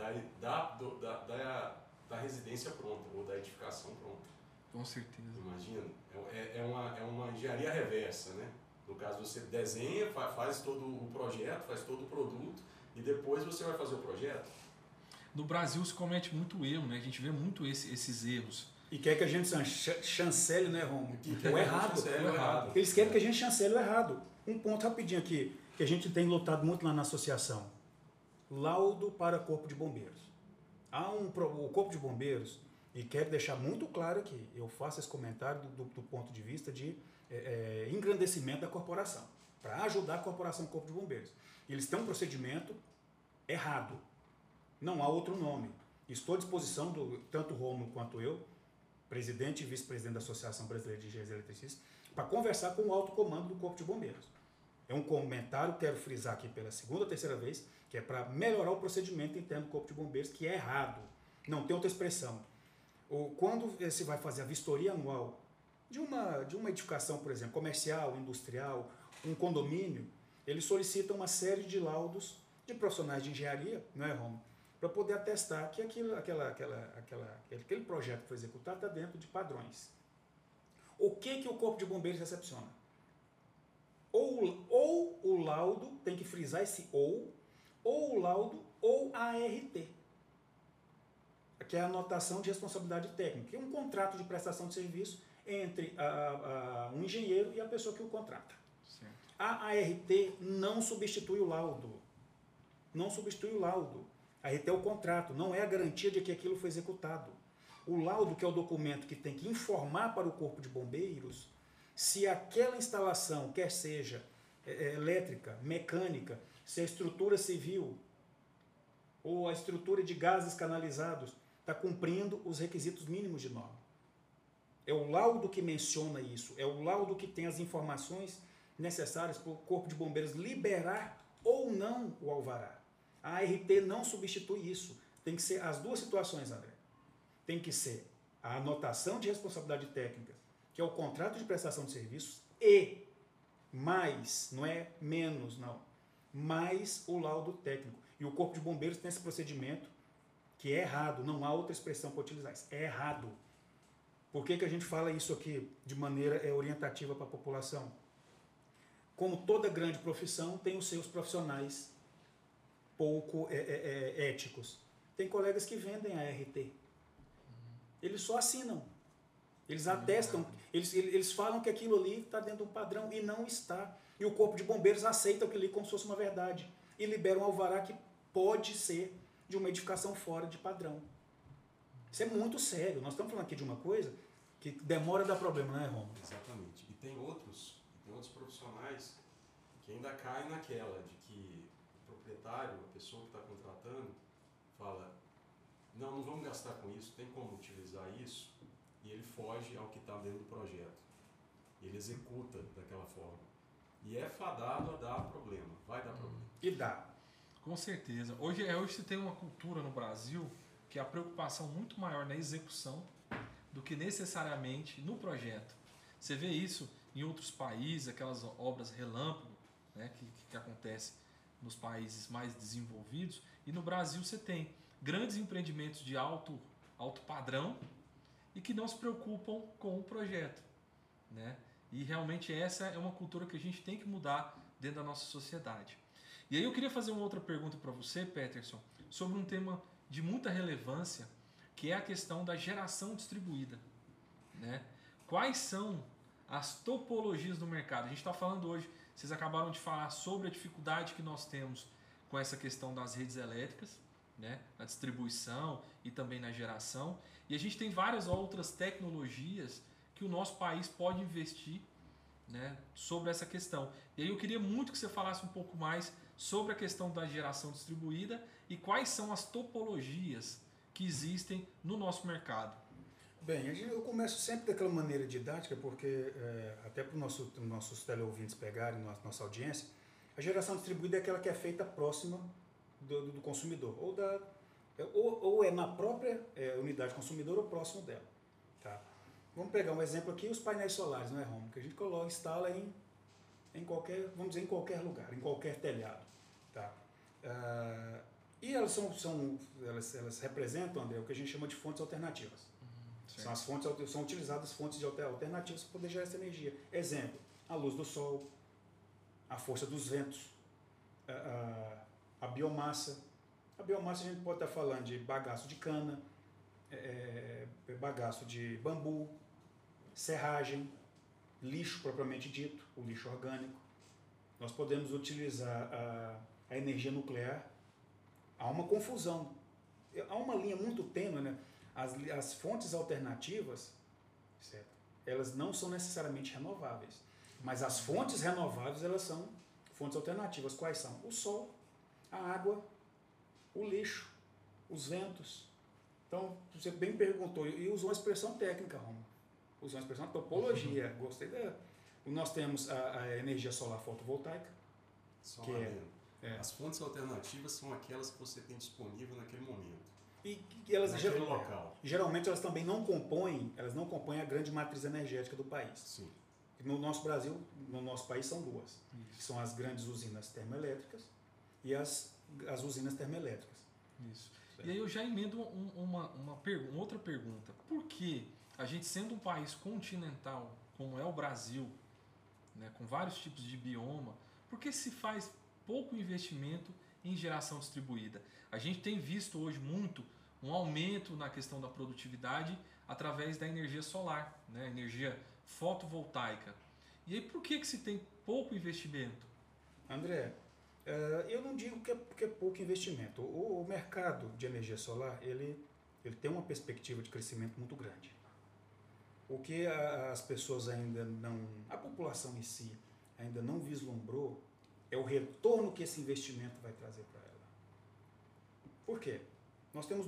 da residência pronta, ou da edificação pronta. Com certeza. Imagina, é uma engenharia reversa, né? No caso, você desenha, faz todo o projeto, faz todo o produto, e depois você vai fazer o projeto. No Brasil se comete muito erro, né? A gente vê muito esses erros. E quer que a gente chancele, né, Romulo? O errado. Eles querem que a gente chancele o errado. Um ponto rapidinho aqui, que a gente tem lutado muito lá na associação. Laudo para Corpo de Bombeiros. O Corpo de Bombeiros, e quero deixar muito claro aqui, eu faço esse comentário do ponto de vista de engrandecimento da corporação, para ajudar a corporação Corpo de Bombeiros. Eles têm um procedimento errado. Não há outro nome. Estou à disposição, tanto o Rômulo quanto eu, presidente e vice-presidente da Associação Brasileira de Engenheiros Eletricistas, para conversar com o alto comando do Corpo de Bombeiros. É um comentário, quero frisar aqui pela segunda ou terceira vez, que é para melhorar o procedimento interno do Corpo de Bombeiros, que é errado. Não tem outra expressão. Quando se vai fazer a vistoria anual de uma edificação, por exemplo, comercial, industrial, um condomínio, eles solicitam uma série de laudos de profissionais de engenharia, não é, Romulo? Para poder atestar que aquele projeto que foi executado está dentro de padrões. O que o Corpo de Bombeiros recepciona? Ou o laudo, tem que frisar esse ou o laudo ou a ART, que é a anotação de responsabilidade técnica, que é um contrato de prestação de serviço entre um engenheiro e a pessoa que o contrata. Certo. A ART não substitui o laudo. Não substitui o laudo. A ART é o contrato, não é a garantia de que aquilo foi executado. O laudo, que é o documento que tem que informar para o Corpo de Bombeiros se aquela instalação, quer seja elétrica, mecânica, se a estrutura civil ou a estrutura de gases canalizados está cumprindo os requisitos mínimos de norma. É o laudo que menciona isso, é o laudo que tem as informações necessárias para o Corpo de Bombeiros liberar ou não o alvará. A ART não substitui isso. Tem que ser as duas situações, André. Tem que ser a anotação de responsabilidade técnica, que é o contrato de prestação de serviços, e mais, não é menos, não, mais o laudo técnico. E o Corpo de Bombeiros tem esse procedimento que é errado, não há outra expressão para utilizar isso. É errado. Por que a gente fala isso aqui de maneira orientativa para a população? Como toda grande profissão, tem os seus profissionais pouco éticos. Tem colegas que vendem a ART. Eles só assinam. Eles atestam, eles falam que aquilo ali está dentro do padrão e não está. E o Corpo de Bombeiros aceita aquilo ali como se fosse uma verdade. E libera um alvará que pode ser de uma edificação fora de padrão. Isso é muito sério. Nós estamos falando aqui de uma coisa que demora a dar problema, não é, Romulo? Exatamente. E tem outros profissionais que ainda caem naquela de que o proprietário, a pessoa que está contratando, fala, não vamos gastar com isso, tem como utilizar isso, e ele foge ao que está dentro do projeto. Ele executa daquela forma. E é fadado a dar problema, vai dar problema. E dá. Com certeza. Hoje se tem uma cultura no Brasil que é a preocupação muito maior na execução do que necessariamente no projeto. Você vê isso em outros países, aquelas obras relâmpago, né, que acontece nos países mais desenvolvidos, e no Brasil você tem grandes empreendimentos de alto padrão e que não se preocupam com o projeto, né? E realmente essa é uma cultura que a gente tem que mudar dentro da nossa sociedade. E aí eu queria fazer uma outra pergunta para você, Peterson, sobre um tema de muita relevância, que é a questão da geração distribuída, né? Quais são as topologias do mercado? A gente está falando hoje, vocês acabaram de falar sobre a dificuldade que nós temos com essa questão das redes elétricas, né? Na distribuição e também na geração. E a gente tem várias outras tecnologias que o nosso país pode investir, né, sobre essa questão. E aí eu queria muito que você falasse um pouco mais sobre a questão da geração distribuída e quais são as topologias que existem no nosso mercado. Bem, eu começo sempre daquela maneira didática, porque até para os nossos teleouvintes pegarem, nossa audiência, a geração distribuída é aquela que é feita próxima do consumidor, ou é na própria unidade consumidora ou próximo dela. Vamos pegar um exemplo aqui, os painéis solares, não é, Romulo? Que a gente coloca, instala em qualquer, vamos dizer, em qualquer lugar, em qualquer telhado. Tá? E elas elas representam, André, o que a gente chama de fontes alternativas. São utilizadas fontes de alternativas para poder gerar essa energia. Exemplo, a luz do sol, a força dos ventos, a biomassa. A biomassa a gente pode estar falando de bagaço de cana, bagaço de bambu, serragem, lixo propriamente dito, o lixo orgânico. Nós podemos utilizar a energia nuclear. Há uma confusão, há uma linha muito tênue, né? As fontes alternativas, certo? Elas não são necessariamente renováveis, mas as fontes renováveis, elas são fontes alternativas. Quais são? O sol, a água, o lixo, os ventos. Então, você bem perguntou, e usou uma expressão técnica, Romulo. Usou uma expressão topologia. Gostei da... Nós temos a energia solar fotovoltaica. Só as fontes alternativas são aquelas que você tem disponível naquele momento. E elas local. Geralmente elas também não compõem a grande matriz energética do país. Sim. No nosso Brasil, no nosso país são duas. Que são as grandes usinas termoelétricas e as usinas termoelétricas. Isso. E aí eu já emendo uma outra pergunta. Por que a gente, sendo um país continental, como é o Brasil, né, com vários tipos de bioma, por que se faz pouco investimento em geração distribuída? A gente tem visto hoje muito um aumento na questão da produtividade através da energia solar, né, energia fotovoltaica. E aí por que se tem pouco investimento? André, eu não digo que é pouco investimento. O mercado de energia solar, ele tem uma perspectiva de crescimento muito grande. O que as pessoas ainda não... A população em si ainda não vislumbrou é o retorno que esse investimento vai trazer para ela. Por quê? Nós temos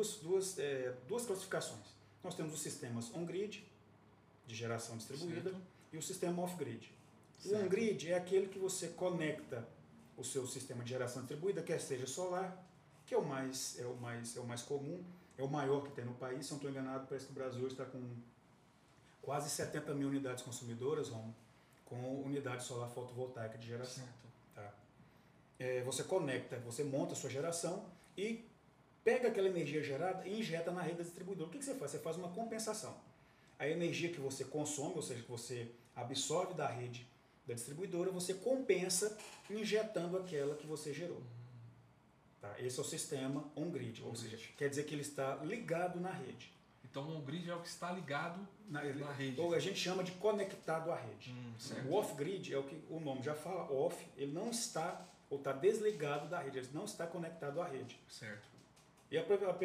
duas classificações. Nós temos os sistemas on-grid, de geração distribuída, certo, e o sistema off-grid. O on-grid é aquele que você conecta o seu sistema de geração distribuída, quer seja solar, que é o mais comum, é o maior que tem no país. Se eu não estou enganado, parece que o Brasil está com quase 70 mil unidades consumidoras, com unidade solar fotovoltaica de geração. Tá? Você conecta, você monta a sua geração e pega aquela energia gerada e injeta na rede da distribuidora. O que você faz? Você faz uma compensação. A energia que você consome, ou seja, que você absorve da rede da distribuidora, você compensa injetando aquela que você gerou. Tá? Esse é o sistema on-grid, ou seja, quer dizer que ele está ligado na rede. Então o on-grid é o que está ligado na rede. Ou a gente chama de conectado à rede. O off-grid é o que o nome já fala, off, ele não está, ou está desligado da rede, ele não está conectado à rede. Certo. E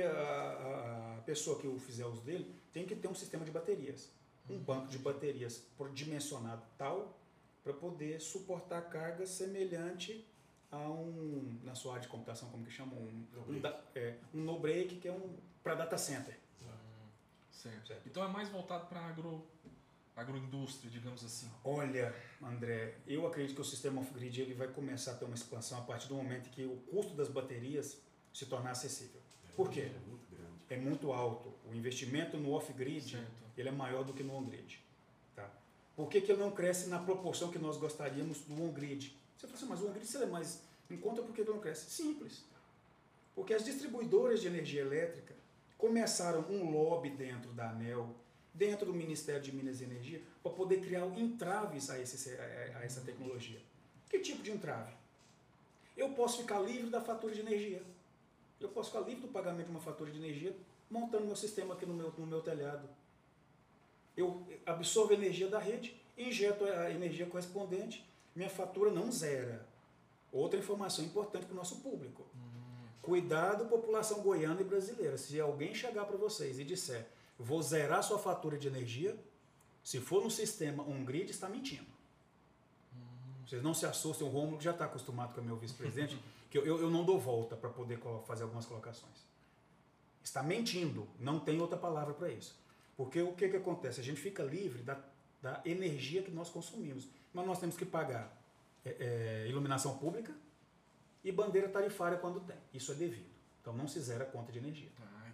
a pessoa que fizer uso dele tem que ter um sistema de baterias. Um banco de baterias dimensionado tal para poder suportar carga semelhante a na sua área de computação, como que chama? Um no-break, que é para data center. Certo. Então é mais voltado para agroindústria, digamos assim. Olha, André, eu acredito que o sistema off-grid ele vai começar a ter uma expansão a partir do momento em que o custo das baterias se tornar acessível. Por quê? É muito grande. É muito alto. O investimento no off-grid ele é maior do que no on-grid. Tá? Por que ele não cresce na proporção que nós gostaríamos do on-grid? Você fala assim, mas o on-grid é mais em conta, por que ele não cresce? Simples. Porque as distribuidoras de energia elétrica começaram um lobby dentro da ANEEL, dentro do Ministério de Minas e Energia, para poder criar entraves a essa tecnologia. Que tipo de entrave? Eu posso ficar livre da fatura de energia. Eu posso ficar livre do pagamento de uma fatura de energia montando meu sistema aqui no meu telhado. Eu absorvo a energia da rede, injeto a energia correspondente, minha fatura não zera. Outra informação importante para o nosso público. Cuidado, população goiana e brasileira. Se alguém chegar para vocês e disser, vou zerar sua fatura de energia, se for no sistema on-grid, está mentindo. Vocês não se assustem, o Rômulo já está acostumado com o meu vice-presidente, que eu não dou volta para poder fazer algumas colocações. Está mentindo, não tem outra palavra para isso. Porque o que acontece? A gente fica livre da energia que nós consumimos. Mas nós temos que pagar iluminação pública e bandeira tarifária quando tem. Isso é devido. Então não se zera a conta de energia.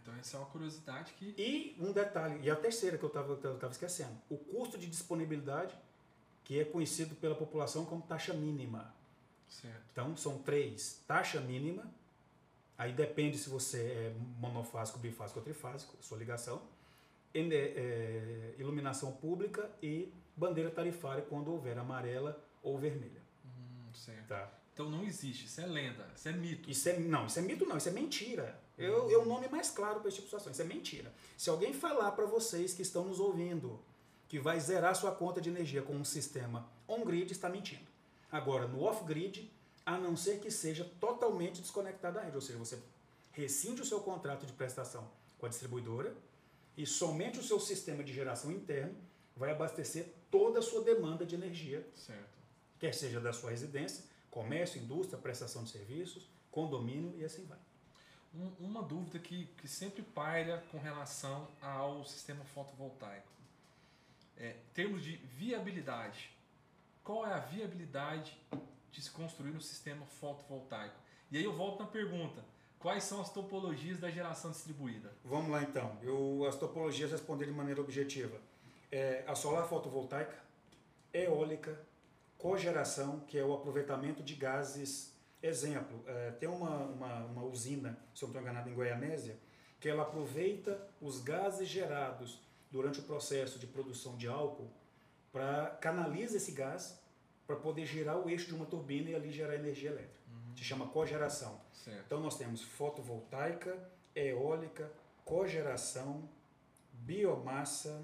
Então essa é uma curiosidade que... E um detalhe, e a terceira que eu estava esquecendo, o custo de disponibilidade, que é conhecido pela população como taxa mínima. Certo. Então são 3, taxa mínima, aí depende se você é monofásico, bifásico ou trifásico, sua ligação, iluminação pública e bandeira tarifária quando houver amarela ou vermelha. Certo. Tá? Então não existe, isso é lenda, isso é mito. Isso é mito não, isso é mentira. É o nome mais claro para esse tipo de situação, isso é mentira. Se alguém falar para vocês que estão nos ouvindo que vai zerar sua conta de energia com um sistema on-grid, está mentindo. Agora, no off-grid, a não ser que seja totalmente desconectado da rede, ou seja, você rescinde o seu contrato de prestação com a distribuidora e somente o seu sistema de geração interno vai abastecer toda a sua demanda de energia, certo. Quer seja da sua residência, comércio, indústria, prestação de serviços, condomínio e assim vai. Uma dúvida que sempre paira com relação ao sistema fotovoltaico. Termos de viabilidade. Qual é a viabilidade de se construir um sistema fotovoltaico? E aí eu volto na pergunta. Quais são as topologias da geração distribuída? Vamos lá então. As topologias responder de maneira objetiva. A solar fotovoltaica, eólica, cogeração, que é o aproveitamento de gases. Exemplo, tem uma usina, se eu não estou enganado, em Goianésia, que ela aproveita os gases gerados durante o processo de produção de álcool canaliza esse gás para poder girar o eixo de uma turbina e ali gerar energia elétrica. Se chama cogeração. Certo. Então nós temos fotovoltaica, eólica, cogeração, biomassa.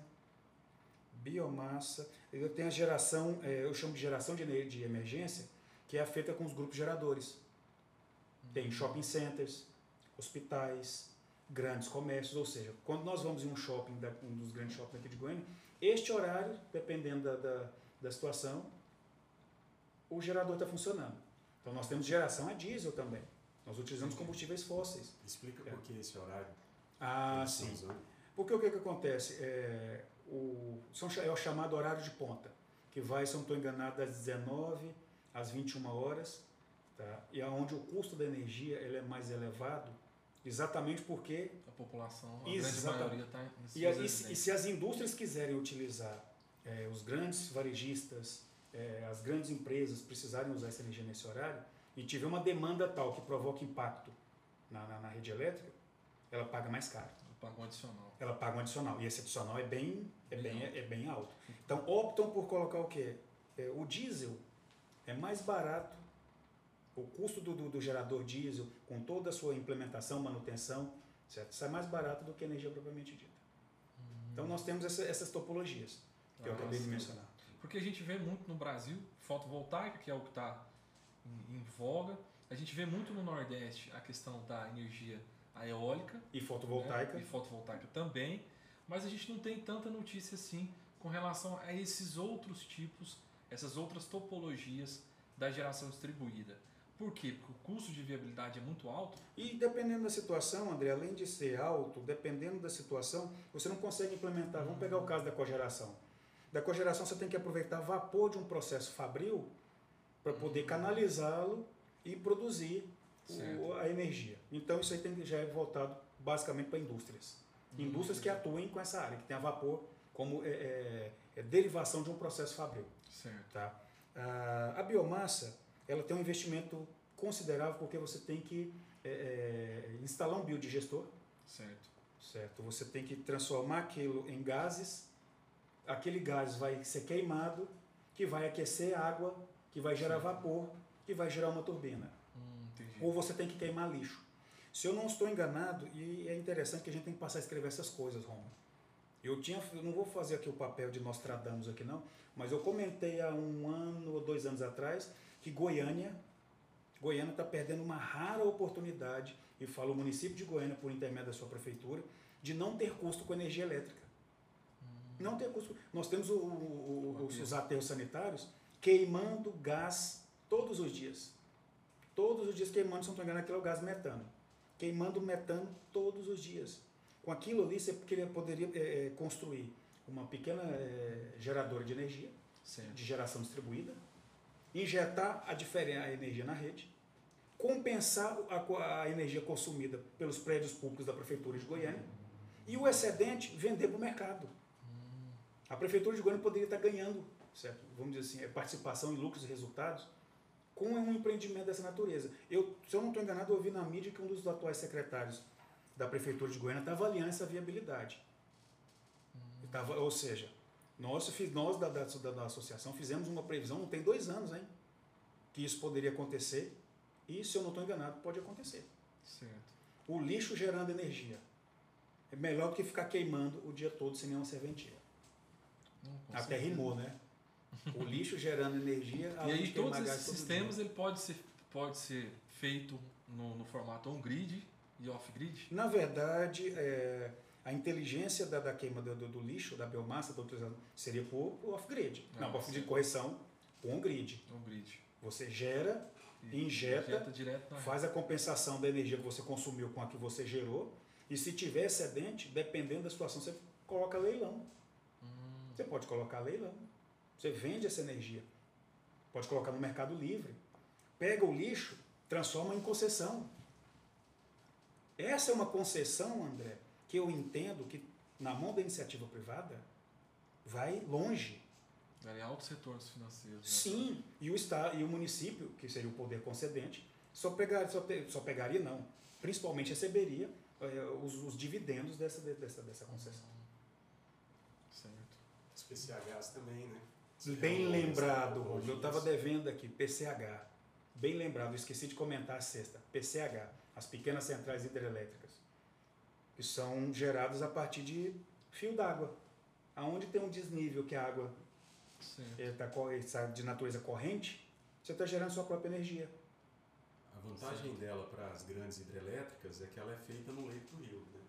Eu tenho a geração, eu chamo de geração de energia de emergência, que é feita com os grupos geradores. Tem shopping centers, hospitais, grandes comércios, ou seja, quando nós vamos em um shopping, um dos grandes shoppings aqui de Goiânia, este horário, dependendo da situação, o gerador está funcionando. Então nós temos geração a diesel também. Nós utilizamos combustíveis fósseis. Explica por que esse horário. Sim. Porque o que acontece? É o chamado horário de ponta, que vai, se eu não estou enganado, das 19 às 21 horas, tá? E onde o custo da energia ele é mais elevado, exatamente porque a população, a grande maioria está e se as indústrias quiserem utilizar, os grandes varejistas, as grandes empresas precisarem usar essa energia nesse horário e tiver uma demanda tal que provoque impacto na rede elétrica, ela paga mais caro. Ela paga um adicional. E esse adicional é bem alto. Então optam por colocar o quê? O diesel é mais barato. O custo do gerador diesel, com toda a sua implementação, manutenção, certo? Sai mais barato do que a energia propriamente dita. Então nós temos essas topologias, que eu acabei de mencionar. Porque a gente vê muito no Brasil, fotovoltaica, que é o que está em voga. A gente vê muito no Nordeste a questão da energia eólica. E fotovoltaica. Né? E fotovoltaica também. Mas a gente não tem tanta notícia assim com relação a esses outros tipos, essas outras topologias da geração distribuída. Por quê? Porque o custo de viabilidade é muito alto. E dependendo da situação, André, além de ser alto, dependendo da situação, você não consegue implementar. Vamos pegar o caso da cogeração. Da cogeração você tem que aproveitar vapor de um processo fabril para poder canalizá-lo e produzir a energia. Então isso aí já é voltado basicamente para indústrias. Indústrias que atuem com essa área, que tem a vapor como derivação de um processo fabril. Certo. Tá? A biomassa ela tem um investimento considerável porque você tem que instalar um biodigestor. Certo. Você tem que transformar aquilo em gases. Aquele gás vai ser queimado, que vai aquecer a água, que vai gerar vapor, que vai gerar uma turbina. Ou você tem que queimar lixo. Se eu não estou enganado, e é interessante que a gente tem que passar a escrever essas coisas, Romulo. Eu não vou fazer aqui o papel de Nostradamus aqui não, mas eu comentei há 1 ano ou 2 anos atrás que Goiânia está perdendo uma rara oportunidade, e falo o município de Goiânia por intermédio da sua prefeitura, de não ter custo com energia elétrica. Não ter custo. Nós temos os aterros sanitários queimando gás todos os dias. Todos os dias queimando, se não estou enganado, aquilo é o gás metano. Queimando metano todos os dias. Com aquilo ali, você poderia construir uma pequena geradora de energia, de geração distribuída, injetar a energia na rede, compensar a energia consumida pelos prédios públicos da Prefeitura de Goiânia e o excedente vender para o mercado. A Prefeitura de Goiânia poderia estar ganhando, certo? Vamos dizer assim, participação em lucros e resultados com um empreendimento dessa natureza. Se eu não estou enganado, eu ouvi na mídia que um dos atuais secretários da Prefeitura de Goiânia está avaliando essa viabilidade. Ou seja, nós da associação fizemos uma previsão, não tem 2 anos, hein, que isso poderia acontecer, e se eu não estou enganado, pode acontecer. Certo. O lixo gerando energia é melhor do que ficar queimando o dia todo sem nenhuma serventia. Até rimou, né? O lixo gerando energia. E aí todos esses sistemas ele pode ser feito no formato on-grid e off-grid? Na verdade, a inteligência da queima do lixo, da biomassa, da utilização, seria por off-grid. Não, off-grid de correção, on-grid. On-grid. Você gera, injeta direto faz a compensação da energia que você consumiu com a que você gerou, e se tiver excedente, dependendo da situação, você coloca leilão. Você pode colocar leilão. Você vende essa energia. Pode colocar no mercado livre. Pega o lixo, transforma em concessão. Essa é uma concessão, André, que eu entendo que na mão da iniciativa privada vai longe. Daria altos retornos financeiros. Né? Sim, e o município, que seria o poder concedente, só pegaria não, principalmente receberia os dividendos dessa concessão. Certo. Os PCHs também, né? Bem lembrado, Romulo. Eu estava devendo aqui, PCH. Bem lembrado, eu esqueci de comentar a sexta. PCH, as pequenas centrais hidrelétricas, que são geradas a partir fio d'água. Aonde tem um desnível que a água está de natureza corrente, você está gerando sua própria energia. A vantagem dela para as grandes hidrelétricas é que ela é feita no leito do rio, né?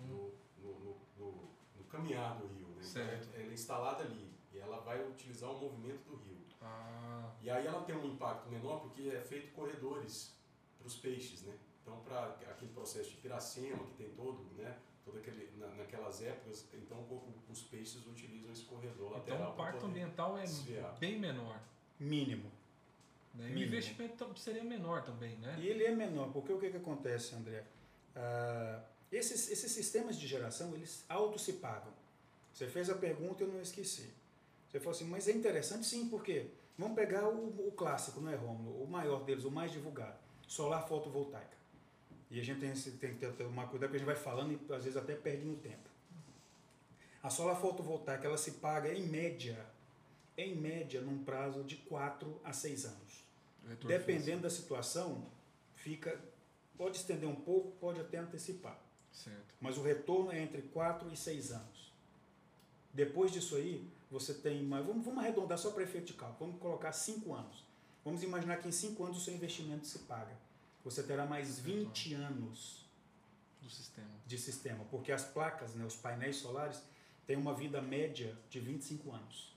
No caminhar do rio. Né? Então, ela é instalada ali e ela vai utilizar o movimento do rio. E aí ela tem um impacto menor porque é feito corredores para os peixes, né? Então, para aquele processo de Piracema, que tem naquelas épocas, então os peixes utilizam esse corredor lateral. Então o impacto ambiental é bem menor. Mínimo. Né? E o investimento seria menor também, né? E ele é menor, porque o que acontece, André? Esses sistemas de geração, eles auto se pagam. Você fez a pergunta e eu não esqueci. Você falou assim, mas é interessante sim, porque vamos pegar o clássico, não é, Rômulo? O maior deles, o mais divulgado, solar fotovoltaica. E a gente tem que ter uma cuidado, porque a gente vai falando e às vezes até perde no tempo. A solar fotovoltaica, ela se paga em média, num prazo de 4 a 6 anos. Dependendo da situação, pode estender um pouco, pode até antecipar. Certo. Mas o retorno é entre 4 e 6 anos. Depois disso aí, você tem mais... Vamos arredondar só para efeito de cálculo. Vamos colocar 5 anos. Vamos imaginar que em 5 anos o seu investimento se paga. Você terá mais 20 anos de sistema. Porque as placas, né, os painéis solares, têm uma vida média de 25 anos.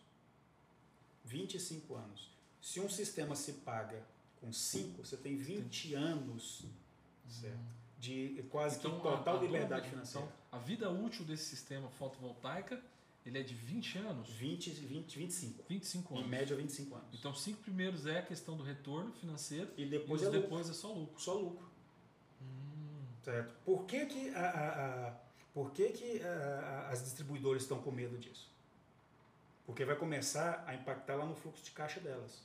25 anos. Se um sistema se paga com 5, você tem 20 anos, certo? De quase que total liberdade financeira. Então, a vida útil desse sistema fotovoltaica, ele é de 20 anos? 25. 25 anos. Em média, 25 anos. Então, 5 primeiros é a questão do retorno financeiro e depois é só lucro. Só lucro. Certo? Por que as distribuidoras estão com medo disso? Porque vai começar a impactar lá no fluxo de caixa delas.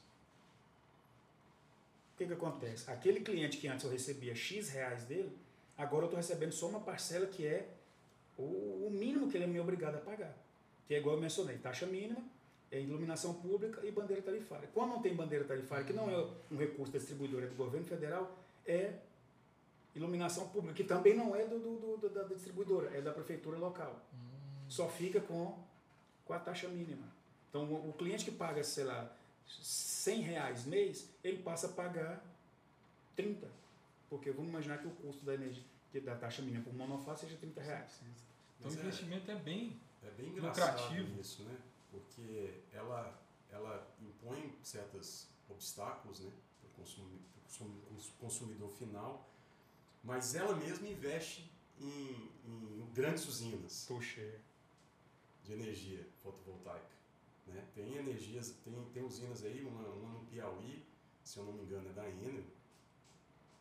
O que acontece? Aquele cliente que antes eu recebia X reais dele, agora eu estou recebendo só uma parcela que é o mínimo que ele é me obrigado a pagar. Que é igual eu mencionei, taxa mínima, iluminação pública e bandeira tarifária. Quando não tem bandeira tarifária, que não é um recurso da distribuidora, é do governo federal, é iluminação pública, que também não é da distribuidora, é da prefeitura local. Só fica com a taxa mínima. Então, o cliente que paga, sei lá, R$100 mês, ele passa a pagar 30. Porque vamos imaginar que o custo da energia, da taxa mínima por monofásico seja R$30. Então o investimento é bem engraçado lucrativo. Isso, né? Porque ela impõe certos obstáculos, né, para o consumidor final, mas ela mesma investe em grandes usinas de energia fotovoltaica. Né? Tem usinas aí, uma no Piauí, se eu não me engano é da Enel,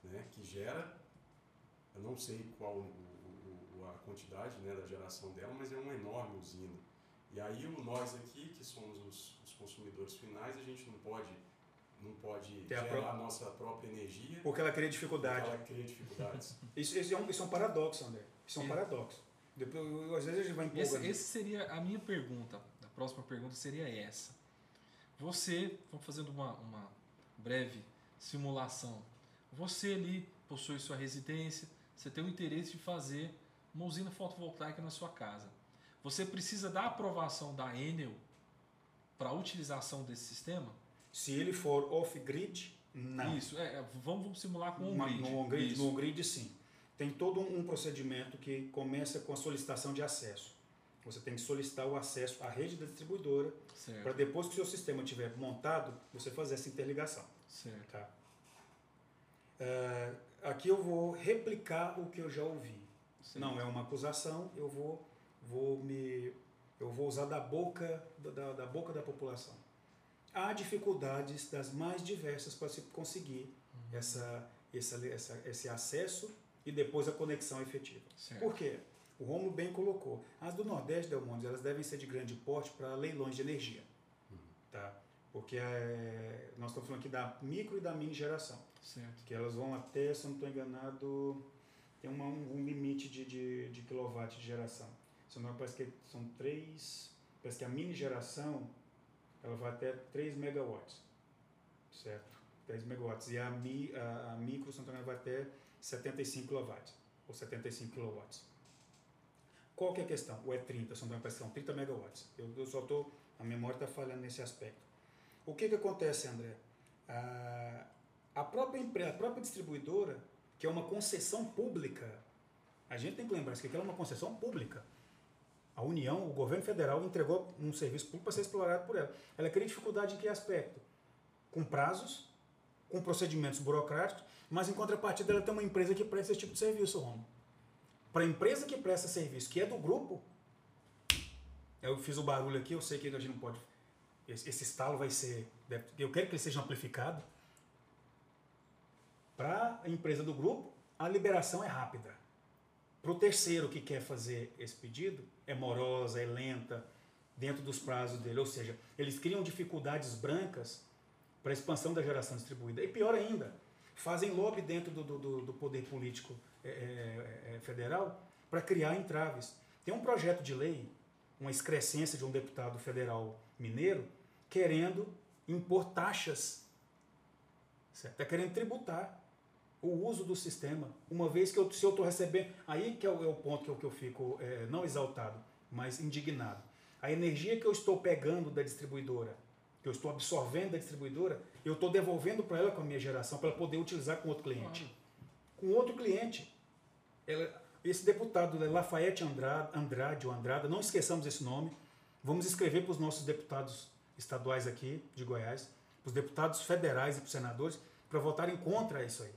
né, que gera, eu não sei qual a quantidade, né, da geração dela, mas é uma enorme usina. E aí nós aqui, que somos os consumidores finais, a gente não pode gerar a nossa própria energia. Porque ela cria dificuldade. Porque ela cria dificuldades. Isso é um paradoxo, André. Isso é um paradoxo. Depois, às vezes a gente vai empolgando. Esse seria a minha pergunta. A próxima pergunta seria essa. Você, vamos fazendo uma breve simulação. Você ali possui sua residência, você tem o interesse de fazer uma usina fotovoltaica na sua casa. Você precisa da aprovação da Enel para a utilização desse sistema? Se ele for off-grid, não. Isso, vamos simular com um grid. No grid, sim. Tem todo um procedimento que começa com a solicitação de acesso. Você tem que solicitar o acesso à rede da distribuidora para depois que o seu sistema estiver montado, você fazer essa interligação. Certo. Tá? Aqui eu vou replicar o que eu já ouvi. Certo. Não é uma acusação, eu vou usar da boca da população. Há dificuldades das mais diversas para se conseguir esse acesso e depois a conexão efetiva. Certo. Por quê? O Rômulo bem colocou. As do Nordeste, Delmontes, elas devem ser de grande porte para leilões de energia. Tá? Porque nós estamos falando aqui da micro e da mini geração. Certo. Que elas vão até, se eu não estou enganado, tem um limite de quilowatt de geração. Se não, parece que são 3, parece que a mini geração ela vai até 3 megawatts, certo? 3 megawatts. E a micro, se não me engano, vai até 75 kilowatts, ou 75 kilowatts. Qual que é a questão? Ou é 30, se não me engano, são 30 megawatts. Eu só estou, a memória está falhando nesse aspecto. O que acontece, André? A própria distribuidora, que é uma concessão pública, a gente tem que lembrar isso, que ela é uma concessão pública. A União, o governo federal entregou um serviço público para ser explorado por ela. Ela cria dificuldade em que aspecto? Com prazos, com procedimentos burocráticos, mas em contrapartida ela tem uma empresa que presta esse tipo de serviço, Romulo. Para a empresa que presta serviço, que é do grupo, eu fiz o barulho aqui, eu sei que a gente não pode... Esse estalo vai ser... Eu quero que ele seja amplificado. Para a empresa do grupo, a liberação é rápida. Para o terceiro que quer fazer esse pedido, é morosa, é lenta, dentro dos prazos dele. Ou seja, eles criam dificuldades brancas para a expansão da geração distribuída. E pior ainda, fazem lobby dentro do poder político federal para criar entraves. Tem um projeto de lei, uma excrescência de um deputado federal mineiro, querendo impor taxas, está querendo tributar o uso do sistema, uma vez que se eu estou recebendo, aí que é o ponto que eu fico não exaltado, mas indignado. A energia que eu estou pegando da distribuidora, que eu estou absorvendo da distribuidora, eu estou devolvendo para ela com a minha geração, para ela poder utilizar com outro cliente. Com outro cliente. Esse deputado Lafayette Andrada, não esqueçamos esse nome, vamos escrever para os nossos deputados estaduais aqui de Goiás, para os deputados federais e para os senadores, para votarem contra isso aí.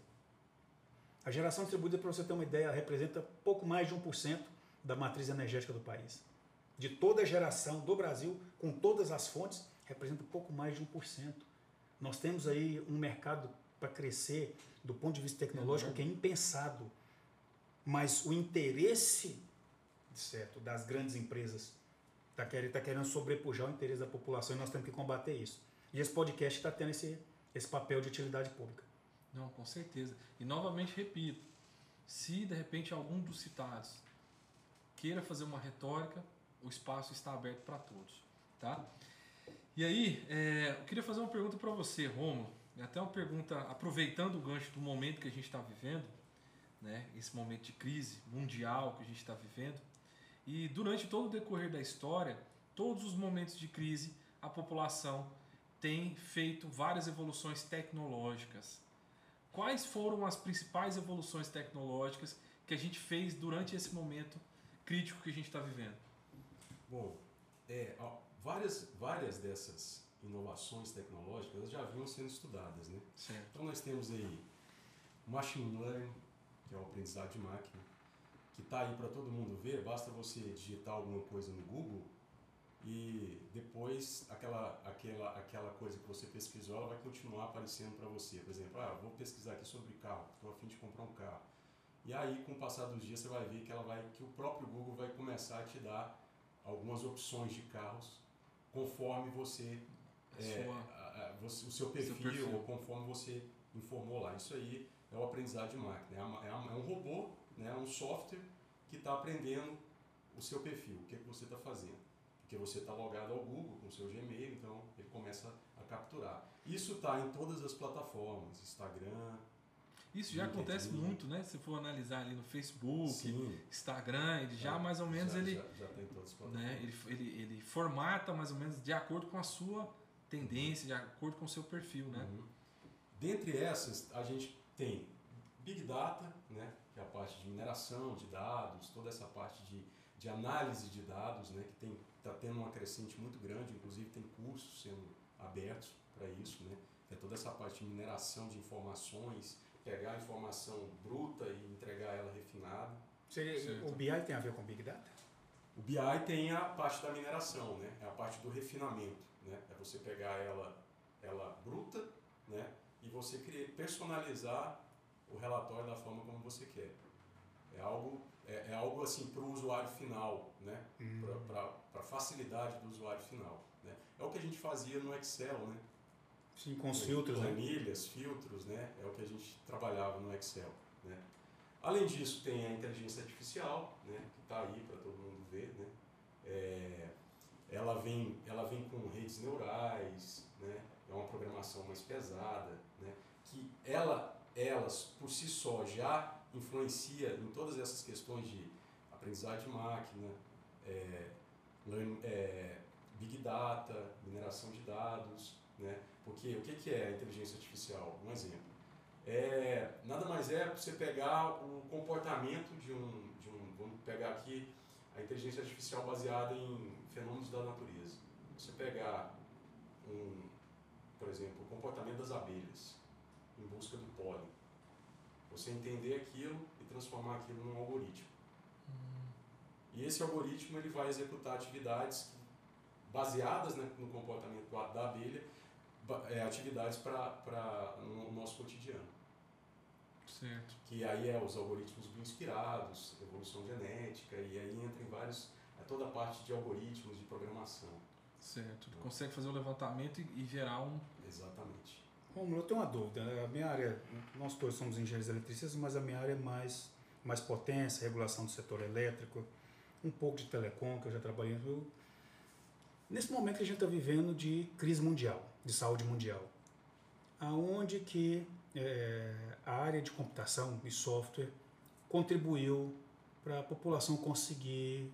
A geração distribuída, para você ter uma ideia, representa pouco mais de 1% da matriz energética do país. De toda a geração do Brasil, com todas as fontes, representa pouco mais de 1%. Nós temos aí um mercado para crescer do ponto de vista tecnológico que é impensado. Mas o interesse das grandes empresas está querendo sobrepujar o interesse da população e nós temos que combater isso. E esse podcast está tendo esse papel de utilidade pública. Não, com certeza. E novamente repito, se de repente algum dos citados queira fazer uma retórica, o espaço está aberto para todos. Tá? E aí, eu queria fazer uma pergunta para você, Rômulo. Até uma pergunta, aproveitando o gancho do momento que a gente está vivendo, né? Esse momento de crise mundial que a gente está vivendo. E durante todo o decorrer da história, todos os momentos de crise, a população tem feito várias evoluções tecnológicas. Quais foram as principais evoluções tecnológicas que a gente fez durante esse momento crítico que a gente está vivendo? Bom, várias dessas inovações tecnológicas já vinham sendo estudadas, né? Certo. Então nós temos aí Machine Learning, que é o aprendizado de máquina, que está aí para todo mundo ver, basta você digitar alguma coisa no Google e depois aquela coisa que você pesquisou, ela vai continuar aparecendo para você. Por exemplo, vou pesquisar aqui sobre carro, estou a fim de comprar um carro. E aí, com o passar dos dias, você vai ver que o próprio Google vai começar a te dar algumas opções de carros conforme você, o seu perfil, ou conforme você informou lá. Isso aí é o aprendizado de máquina. É um robô, né, um software que está aprendendo o seu perfil, o que você está fazendo. Porque você está logado ao Google com o seu Gmail, então ele começa a capturar. Isso está em todas as plataformas, Instagram. Isso já acontece muito, né? Se for analisar ali no Facebook, sim, Instagram, ele já mais ou menos já tem todas as plataformas. Né? Ele formata mais ou menos de acordo com a sua tendência, de acordo com o seu perfil, né? Dentre essas, a gente tem Big Data, né? Que é a parte de mineração de dados, toda essa parte de análise de dados, né? Que está tendo uma crescente muito grande, inclusive tem cursos sendo abertos para isso, né? Que é toda essa parte de mineração de informações, pegar a informação bruta e entregar ela refinada. O BI tem a ver com Big Data? O BI tem a parte da mineração, né? É a parte do refinamento, né? É você pegar ela bruta, né? E você personalizar o relatório da forma como você quer. É algo assim para o usuário final, né? Para a facilidade do usuário final, né? É o que a gente fazia no Excel, né? Sim, com os filtros, planilhas, filtros, né? É o que a gente trabalhava no Excel, né? Além disso, tem a inteligência artificial, né? Que está aí para todo mundo ver, né? Ela vem com redes neurais, né? É uma programação mais pesada, né? Que elas por si só já influencia em todas essas questões de aprendizagem de máquina, Big Data, mineração de dados, né? Porque o que é a inteligência artificial? Um exemplo. Nada mais é você pegar o comportamento vamos pegar aqui a inteligência artificial baseada em fenômenos da natureza. Você pegar, por exemplo, o comportamento das abelhas em busca do pólen. Você entender aquilo e transformar aquilo num algoritmo. E esse algoritmo ele vai executar atividades baseadas, né, no comportamento da abelha, atividades no nosso cotidiano. Certo. Que aí os algoritmos bioinspirados, evolução genética, e aí entra em toda a parte de algoritmos de programação. Certo. Consegue fazer o levantamento e gerar um... Exatamente. Romulo, eu tenho uma dúvida. A minha área, nós todos somos engenheiros eletricistas, mas a minha área é mais potência, regulação do setor elétrico, um pouco de telecom, que eu já trabalhei. Nesse momento que a gente está vivendo de crise mundial, de saúde mundial, aonde que a área de computação e software contribuiu para a população conseguir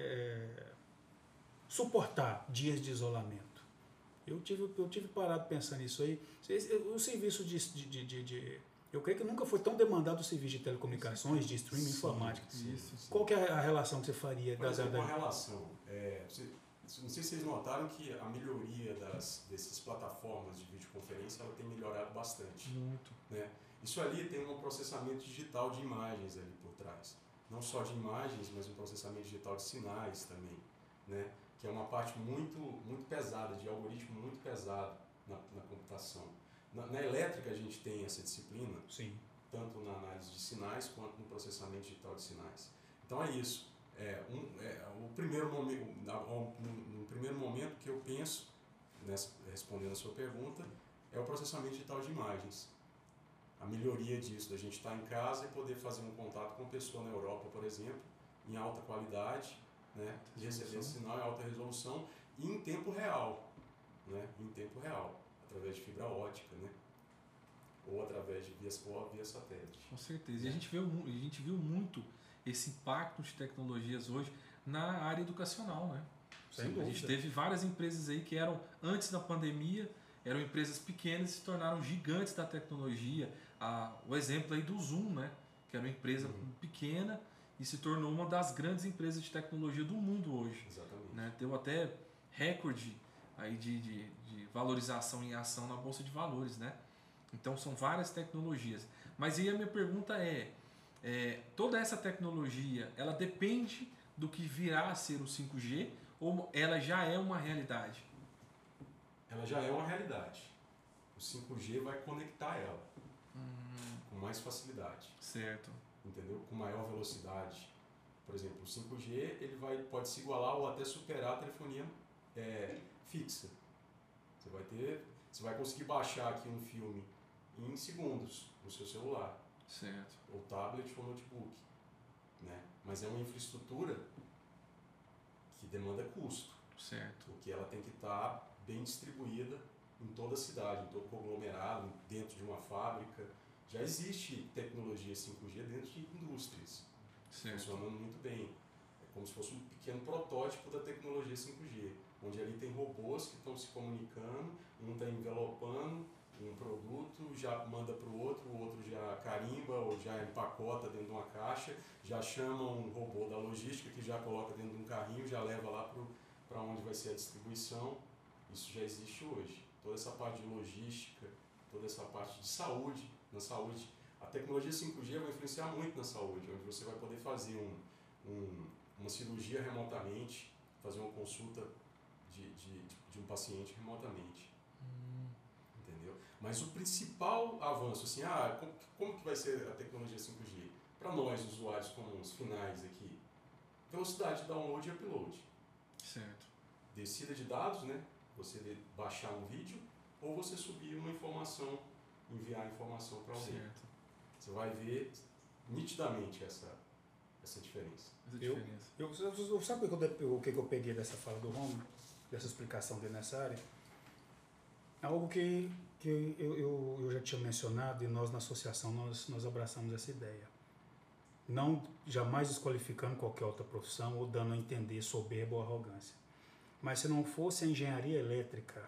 suportar dias de isolamento. Eu tive parado pensando nisso aí. O serviço eu creio que nunca foi tão demandado o serviço de telecomunicações, de streaming, informática. Sim. Qual que é a relação que você faria? Por exemplo, uma relação. Não sei se vocês notaram que a melhoria dessas plataformas de videoconferência ela tem melhorado bastante. Muito. Né? Isso ali tem um processamento digital de imagens ali por trás. Não só de imagens, mas um processamento digital de sinais também. Né? Que é uma parte muito, muito pesada, de algoritmo muito pesado na computação. Na elétrica a gente tem essa disciplina, sim, tanto na análise de sinais quanto no processamento digital de sinais. Então é isso. No primeiro momento que eu penso, respondendo a sua pergunta, é o processamento digital de imagens. A melhoria disso, da gente estar em casa e poder fazer um contato com uma pessoa na Europa, por exemplo, em alta qualidade, né, e receber esse sinal em alta resolução e em tempo real, né, através de fibra ótica, né, ou através de via satélite. Com certeza. E a gente viu muito esse impacto de tecnologias hoje na área educacional, né? Sem dúvida. A gente teve várias empresas aí que eram, antes da pandemia, eram empresas pequenas e se tornaram gigantes da tecnologia. O exemplo aí do Zoom, né? Que era uma empresa pequena e se tornou uma das grandes empresas de tecnologia do mundo hoje. Exatamente. Né? Deu até recorde aí de valorização em ação na Bolsa de Valores, né? Então são várias tecnologias. Mas aí a minha pergunta toda essa tecnologia, ela depende do que virá a ser o 5G ou ela já é uma realidade? Ela já é uma realidade. O 5G vai conectar ela com mais facilidade. Certo. Entendeu? Com maior velocidade. Por exemplo, o 5G ele pode se igualar ou até superar a telefonia fixa. Você vai conseguir baixar aqui um filme em segundos no seu celular. Certo. Ou tablet ou notebook. Né? Mas é uma infraestrutura que demanda custo. Certo. Porque ela tem que estar bem distribuída em toda a cidade, em todo conglomerado, dentro de uma fábrica. Já existe tecnologia 5G dentro de indústrias, funcionando muito bem. É como se fosse um pequeno protótipo da tecnologia 5G, onde ali tem robôs que estão se comunicando, um está envelopando um produto, já manda para o outro já carimba ou já empacota dentro de uma caixa, já chama um robô da logística que já coloca dentro de um carrinho, já leva lá para onde vai ser a distribuição. Isso já existe hoje. Toda essa parte de logística, toda essa parte de saúde. Na saúde, a tecnologia 5G vai influenciar muito na saúde, onde você vai poder fazer uma cirurgia remotamente, fazer uma consulta de um paciente remotamente. Entendeu? Mas o principal avanço, assim, como que vai ser a tecnologia 5G? Para nós, usuários comuns, finais aqui, velocidade de download e upload. Certo. Descida de dados, né? Você baixar um vídeo ou você subir uma informação, enviar a informação para alguém. Certo. Você vai ver nitidamente essa diferença. Sabe o que eu peguei dessa fala do Romulo, dessa explicação dele nessa área? É algo que eu já tinha mencionado e nós na associação nós abraçamos essa ideia. Não jamais desqualificando qualquer outra profissão ou dando a entender soberba ou arrogância. Mas se não fosse a engenharia elétrica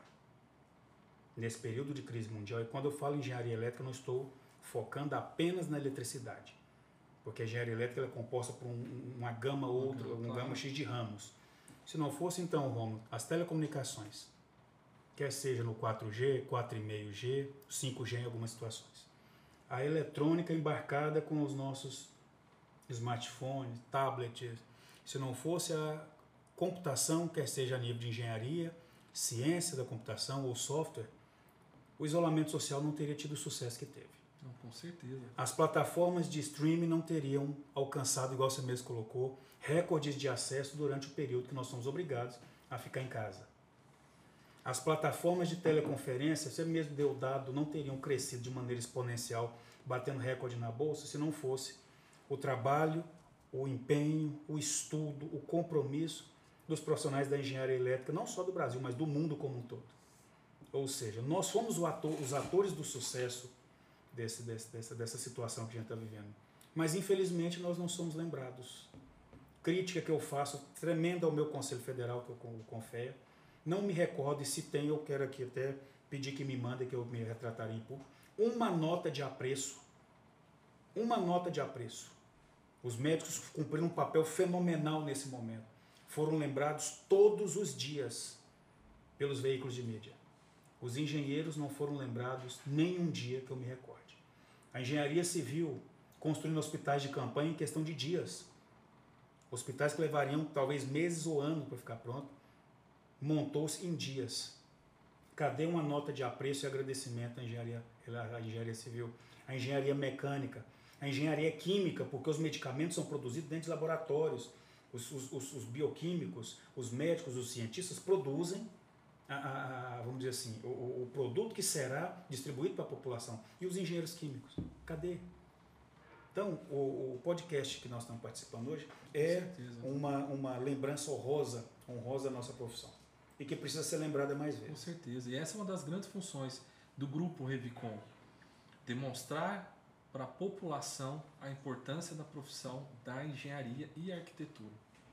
nesse período de crise mundial, e quando eu falo engenharia elétrica, eu não estou focando apenas na eletricidade, porque a engenharia elétrica ela é composta por uma gama gama X de ramos. Se não fosse então, Romulo, as telecomunicações, quer seja no 4G, 4,5G, 5G em algumas situações, a eletrônica embarcada com os nossos smartphones, tablets, se não fosse a computação, quer seja a nível de engenharia, ciência da computação ou software, o isolamento social não teria tido o sucesso que teve. Não, com certeza. As plataformas de streaming não teriam alcançado, igual você mesmo colocou, recordes de acesso durante o período que nós somos obrigados a ficar em casa. As plataformas de teleconferência, você mesmo deu dado, não teriam crescido de maneira exponencial, batendo recorde na bolsa, se não fosse o trabalho, o empenho, o estudo, o compromisso dos profissionais da engenharia elétrica, não só do Brasil, mas do mundo como um todo. Ou seja, nós fomos os atores do sucesso dessa situação que a gente está vivendo. Mas, infelizmente, nós não somos lembrados. Crítica que eu faço, tremenda ao meu Conselho Federal, que eu confio. Não me recordo, e se tem, eu quero aqui até pedir que me mandem, que eu me retratarei em público. Uma nota de apreço. Uma nota de apreço. Os médicos cumpriram um papel fenomenal nesse momento. Foram lembrados todos os dias pelos veículos de mídia. Os engenheiros não foram lembrados nem um dia que eu me recorde. A engenharia civil construindo hospitais de campanha em questão de dias. Hospitais que levariam talvez meses ou anos para ficar pronto. Montou-se em dias. Cadê uma nota de apreço e agradecimento à engenharia civil? A engenharia mecânica, a engenharia química, porque os medicamentos são produzidos dentro de laboratórios. Os bioquímicos, os médicos, os cientistas produzem vamos dizer assim, o produto que será distribuído para a população. E os engenheiros químicos? Cadê? Então, o podcast que nós estamos participando hoje é uma lembrança honrosa da nossa profissão. E que precisa ser lembrada mais vezes. Com certeza. E essa é uma das grandes funções do Grupo Revicon. Demonstrar para a população a importância da profissão da engenharia e arquitetura.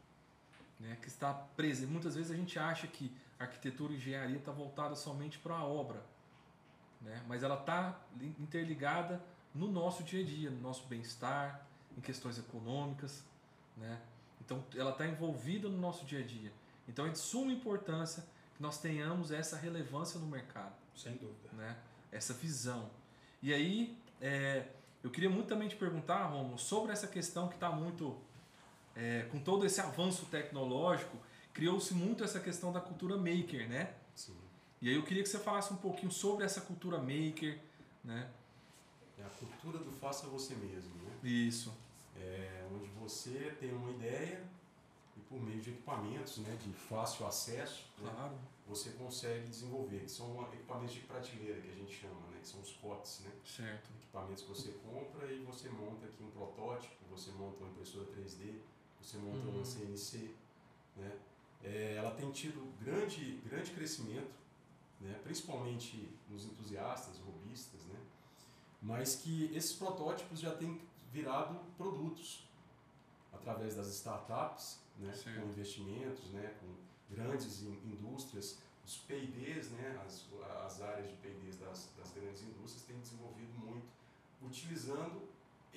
Né, que está presente. Muitas vezes a gente acha que arquitetura e engenharia está voltada somente para a obra, né, mas ela está interligada no nosso dia a dia, no nosso bem-estar, em questões econômicas, né? Então ela está envolvida no nosso dia a dia. Então é de suma importância que nós tenhamos essa relevância no mercado. Sem dúvida. Né? Essa visão. E aí eu queria muito também te perguntar, Romulo, sobre essa questão que está muito... com todo esse avanço tecnológico, criou-se muito essa questão da cultura maker, né? Sim. E aí eu queria que você falasse um pouquinho sobre essa cultura maker, né? É a cultura do faça você mesmo, né? Isso. Onde você tem uma ideia e por meio de equipamentos, né, de fácil acesso, Claro. né, você consegue desenvolver, que são equipamentos de prateleira que a gente chama, né, que são os COTS, né? Certo. Equipamentos que você compra e você monta aqui um protótipo, você monta uma impressora 3D, você monta uma CNC, né? Ela tem tido grande crescimento, né, principalmente nos entusiastas, robistas, né, mas que esses protótipos já têm virado produtos através das startups, né, com investimentos, né, com grandes indústrias, os P&Ds, né, as áreas de P&Ds das grandes indústrias têm desenvolvido muito, utilizando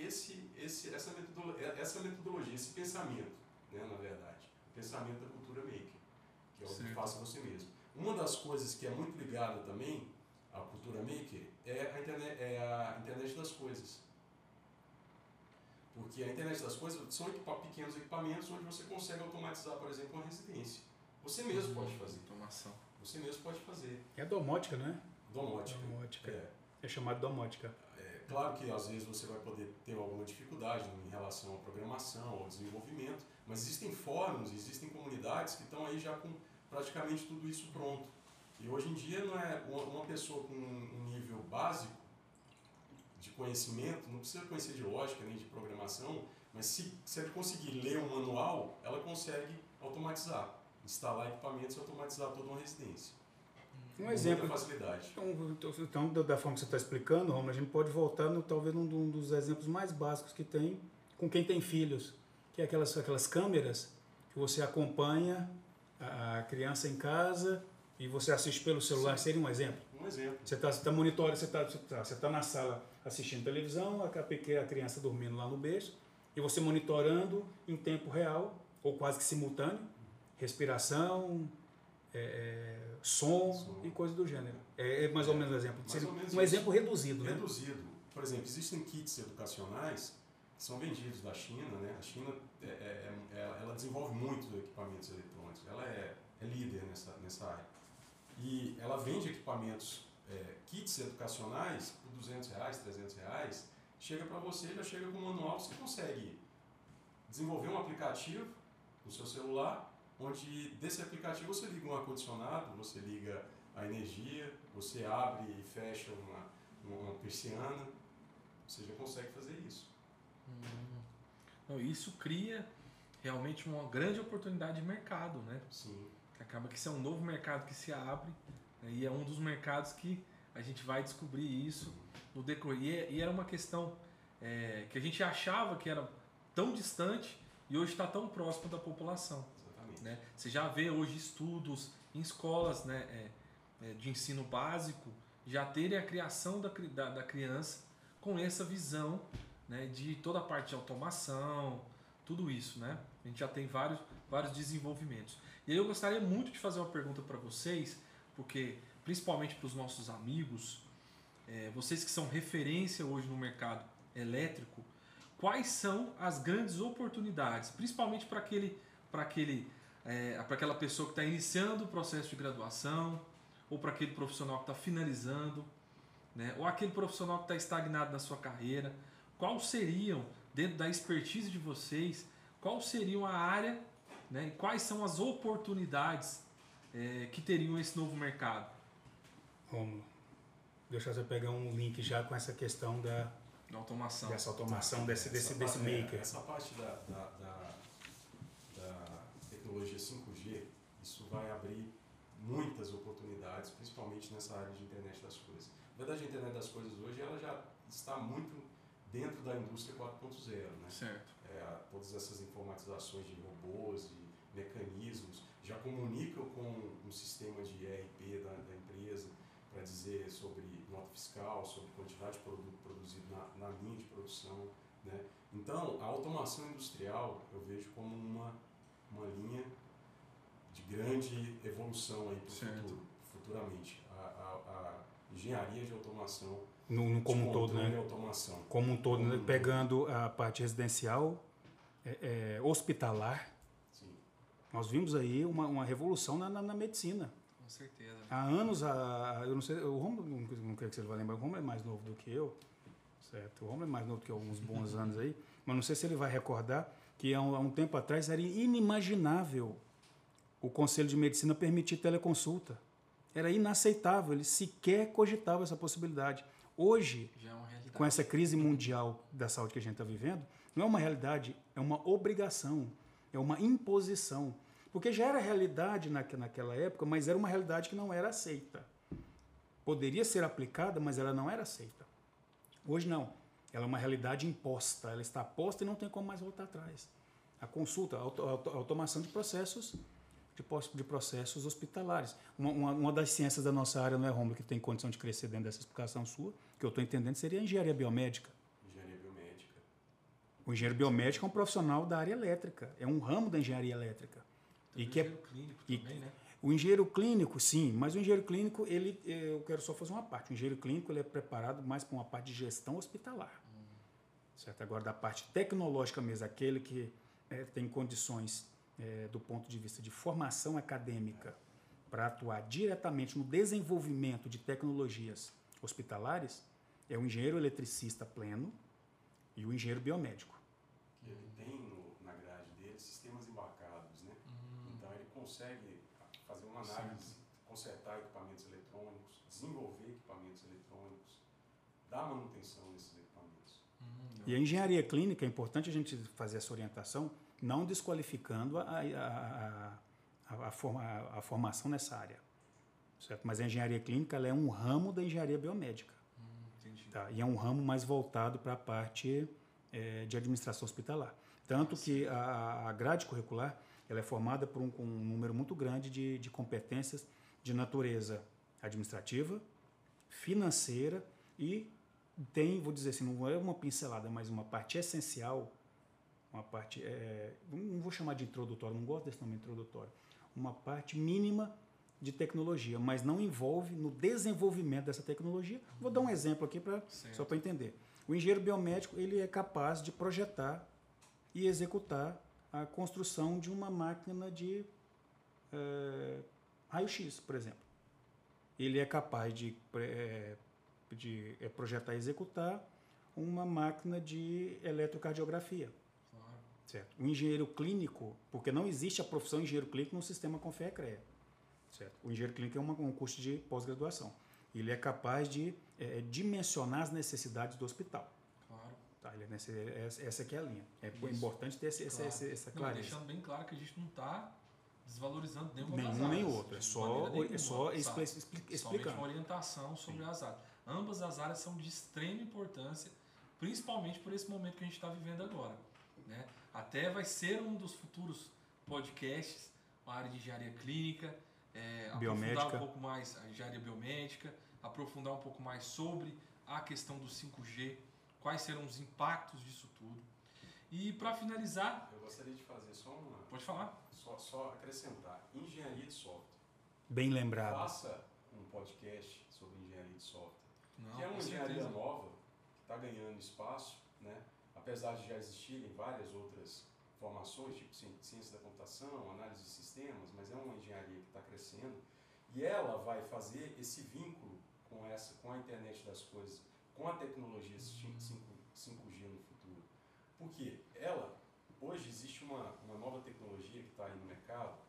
essa metodologia, esse pensamento, né, na verdade, o pensamento da cultura maker, que é o que faça você mesmo. Uma das coisas que é muito ligada também à cultura maker é a internet das coisas. Porque a internet das coisas são pequenos equipamentos onde você consegue automatizar, por exemplo, uma residência. Você mesmo pode fazer. Automação. Você mesmo pode fazer. É domótica, né? Domótica. É chamado domótica. Claro que às vezes você vai poder ter alguma dificuldade em relação à programação, ao desenvolvimento, mas existem fóruns, existem comunidades que estão aí já com praticamente tudo isso pronto. E hoje em dia não é uma pessoa com um nível básico de conhecimento, não precisa conhecer de lógica nem de programação, mas se ele conseguir ler um manual, ela consegue automatizar, instalar equipamentos e automatizar toda uma residência. Um exemplo. Muita facilidade. Então, da forma que você está explicando, Romulo, a gente pode voltar talvez num dos exemplos mais básicos que tem com quem tem filhos, que é aquelas câmeras que você acompanha a criança em casa e você assiste pelo celular. Sim. Seria um exemplo? Um exemplo. Você está monitorando, você está na sala assistindo televisão, a criança dormindo lá no berço, e você monitorando em tempo real, ou quase que simultâneo, respiração, som e coisas do gênero. É mais ou menos um exemplo. Um exemplo reduzido. Né? Reduzido. Por exemplo, existem kits educacionais que são vendidos da China, né? A China ela desenvolve muito equipamentos eletrônicos, ela é líder nessa área. E ela vende equipamentos, kits educacionais por R$200, R$300, chega para você, já chega com um manual, você consegue desenvolver um aplicativo no seu celular, onde desse aplicativo você liga um ar-condicionado, você liga a energia, você abre e fecha uma persiana, você já consegue fazer isso. Então, isso cria realmente uma grande oportunidade de mercado, né? Sim. Acaba que isso é um novo mercado que se abre, né? E é um dos mercados que a gente vai descobrir isso no decorrer. E era uma questão que a gente achava que era tão distante e hoje está tão próximo da população. Exatamente. Né? Você já vê hoje estudos em escolas, né, de ensino básico já terem a criação da criança com essa visão, né, de toda a parte de automação, tudo isso, né? A gente já tem vários desenvolvimentos. E aí eu gostaria muito de fazer uma pergunta para vocês, porque principalmente para os nossos amigos, vocês que são referência hoje no mercado elétrico, quais são as grandes oportunidades, principalmente para aquela pessoa que está iniciando o processo de graduação, ou para aquele profissional que está finalizando, né? Ou aquele profissional que está estagnado na sua carreira. Quais seriam, dentro da expertise de vocês, qual seriam a área, né, e quais são as oportunidades que teriam esse novo mercado? Romulo, deixa eu pegar um link já com essa questão da automação. Dessa automação, desse maker. Essa parte da tecnologia 5G, isso vai abrir muitas oportunidades, principalmente nessa área de internet das coisas. Na verdade, a internet das coisas hoje ela já está muito dentro da indústria 4.0, né? Certo. Todas essas informatizações de robôs, de mecanismos, já comunicam com um sistema de ERP da empresa para dizer sobre nota fiscal, sobre quantidade de produto produzido na linha de produção, né? Então, a automação industrial eu vejo como uma linha de grande evolução aí para o futuro, futuramente. A engenharia de automação, como um todo, né? Automação. Como um todo, né? Pegando a parte residencial, hospitalar, sim, Nós vimos aí uma revolução na medicina. Com certeza. Há anos, eu não sei, o Romulo, não creio que você vai lembrar, o Romulo é mais novo do que eu, certo? O Romulo é mais novo do que eu, alguns bons anos aí, mas não sei se ele vai recordar que há um tempo atrás era inimaginável o Conselho de Medicina permitir teleconsulta. Era inaceitável, ele sequer cogitava essa possibilidade. Hoje, Já é uma realidade. com essa crise mundial da saúde que a gente está vivendo, não é uma realidade, é uma obrigação, é uma imposição. Porque já era realidade naquela época, mas era uma realidade que não era aceita. Poderia ser aplicada, mas ela não era aceita. Hoje não. Ela é uma realidade imposta. Ela está posta e não tem como mais voltar atrás. A consulta, a automação de processos hospitalares. Uma das ciências da nossa área, não é, Romulo, que tem condição de crescer dentro dessa explicação sua, que eu estou entendendo, seria a engenharia biomédica. Engenharia biomédica. O engenheiro biomédico é um profissional da área elétrica. É um ramo da engenharia elétrica. E que engenheiro clínico também, né? O engenheiro clínico, sim, mas o engenheiro clínico, eu quero só fazer uma parte. O engenheiro clínico ele é preparado mais para uma parte de gestão hospitalar. Certo? Agora, da parte tecnológica mesmo, aquele que tem condições do ponto de vista de formação acadêmica para atuar diretamente no desenvolvimento de tecnologias hospitalares, é o engenheiro eletricista pleno e o engenheiro biomédico. Que ele tem na grade dele sistemas embarcados, né? Então ele consegue fazer uma análise, consertar equipamentos eletrônicos, desenvolver equipamentos eletrônicos, dar manutenção nesses equipamentos. E a engenharia clínica, é importante a gente fazer essa orientação, não desqualificando a formação nessa área. Certo? Mas a engenharia clínica ela é um ramo da engenharia biomédica. Entendi. Tá? E é um ramo mais voltado para a parte de administração hospitalar. Tanto que a grade curricular ela é formada por um número muito grande de competências de natureza administrativa, financeira e tem, vou dizer assim, não é uma pincelada, mas uma parte essencial, uma parte, não vou chamar de introdutório, não gosto desse nome introdutório, uma parte mínima de tecnologia, mas não envolve no desenvolvimento dessa tecnologia. Vou dar um exemplo aqui só para entender. O engenheiro biomédico ele é capaz de projetar e executar a construção de uma máquina de raio-x, por exemplo. Ele é capaz de projetar e executar uma máquina de eletrocardiografia. Claro. Certo? O engenheiro clínico, porque não existe a profissão engenheiro clínico no sistema Confea-CREA. Certo? O engenheiro clínico é um curso de pós-graduação. Ele é capaz de dimensionar as necessidades do hospital. Claro. Tá? Essa aqui é a linha. É importante ter essa clareza. Deixando bem claro que a gente não está desvalorizando nenhuma das Nenhum áreas. nem outro. É só explicando. Somente uma orientação sobre as áreas. Ambas as áreas são de extrema importância, principalmente por esse momento que a gente está vivendo agora. Né? Até vai ser um dos futuros podcasts, a área de engenharia clínica, aprofundar um pouco mais a engenharia biomédica, aprofundar um pouco mais sobre a questão do 5G, quais serão os impactos disso tudo. E para finalizar... Eu gostaria de fazer só uma... Pode falar. Só acrescentar. Engenharia de software. Bem lembrado. Faça um podcast sobre engenharia de software. Não, que é uma engenharia certeza. nova, que está ganhando espaço, né? Apesar de já existirem várias outras formações, tipo ciência da computação, análise de sistemas, mas é uma engenharia que está crescendo e ela vai fazer esse vínculo com a internet das coisas, com a tecnologia 5G no futuro. Porque hoje existe uma nova tecnologia que está aí no mercado,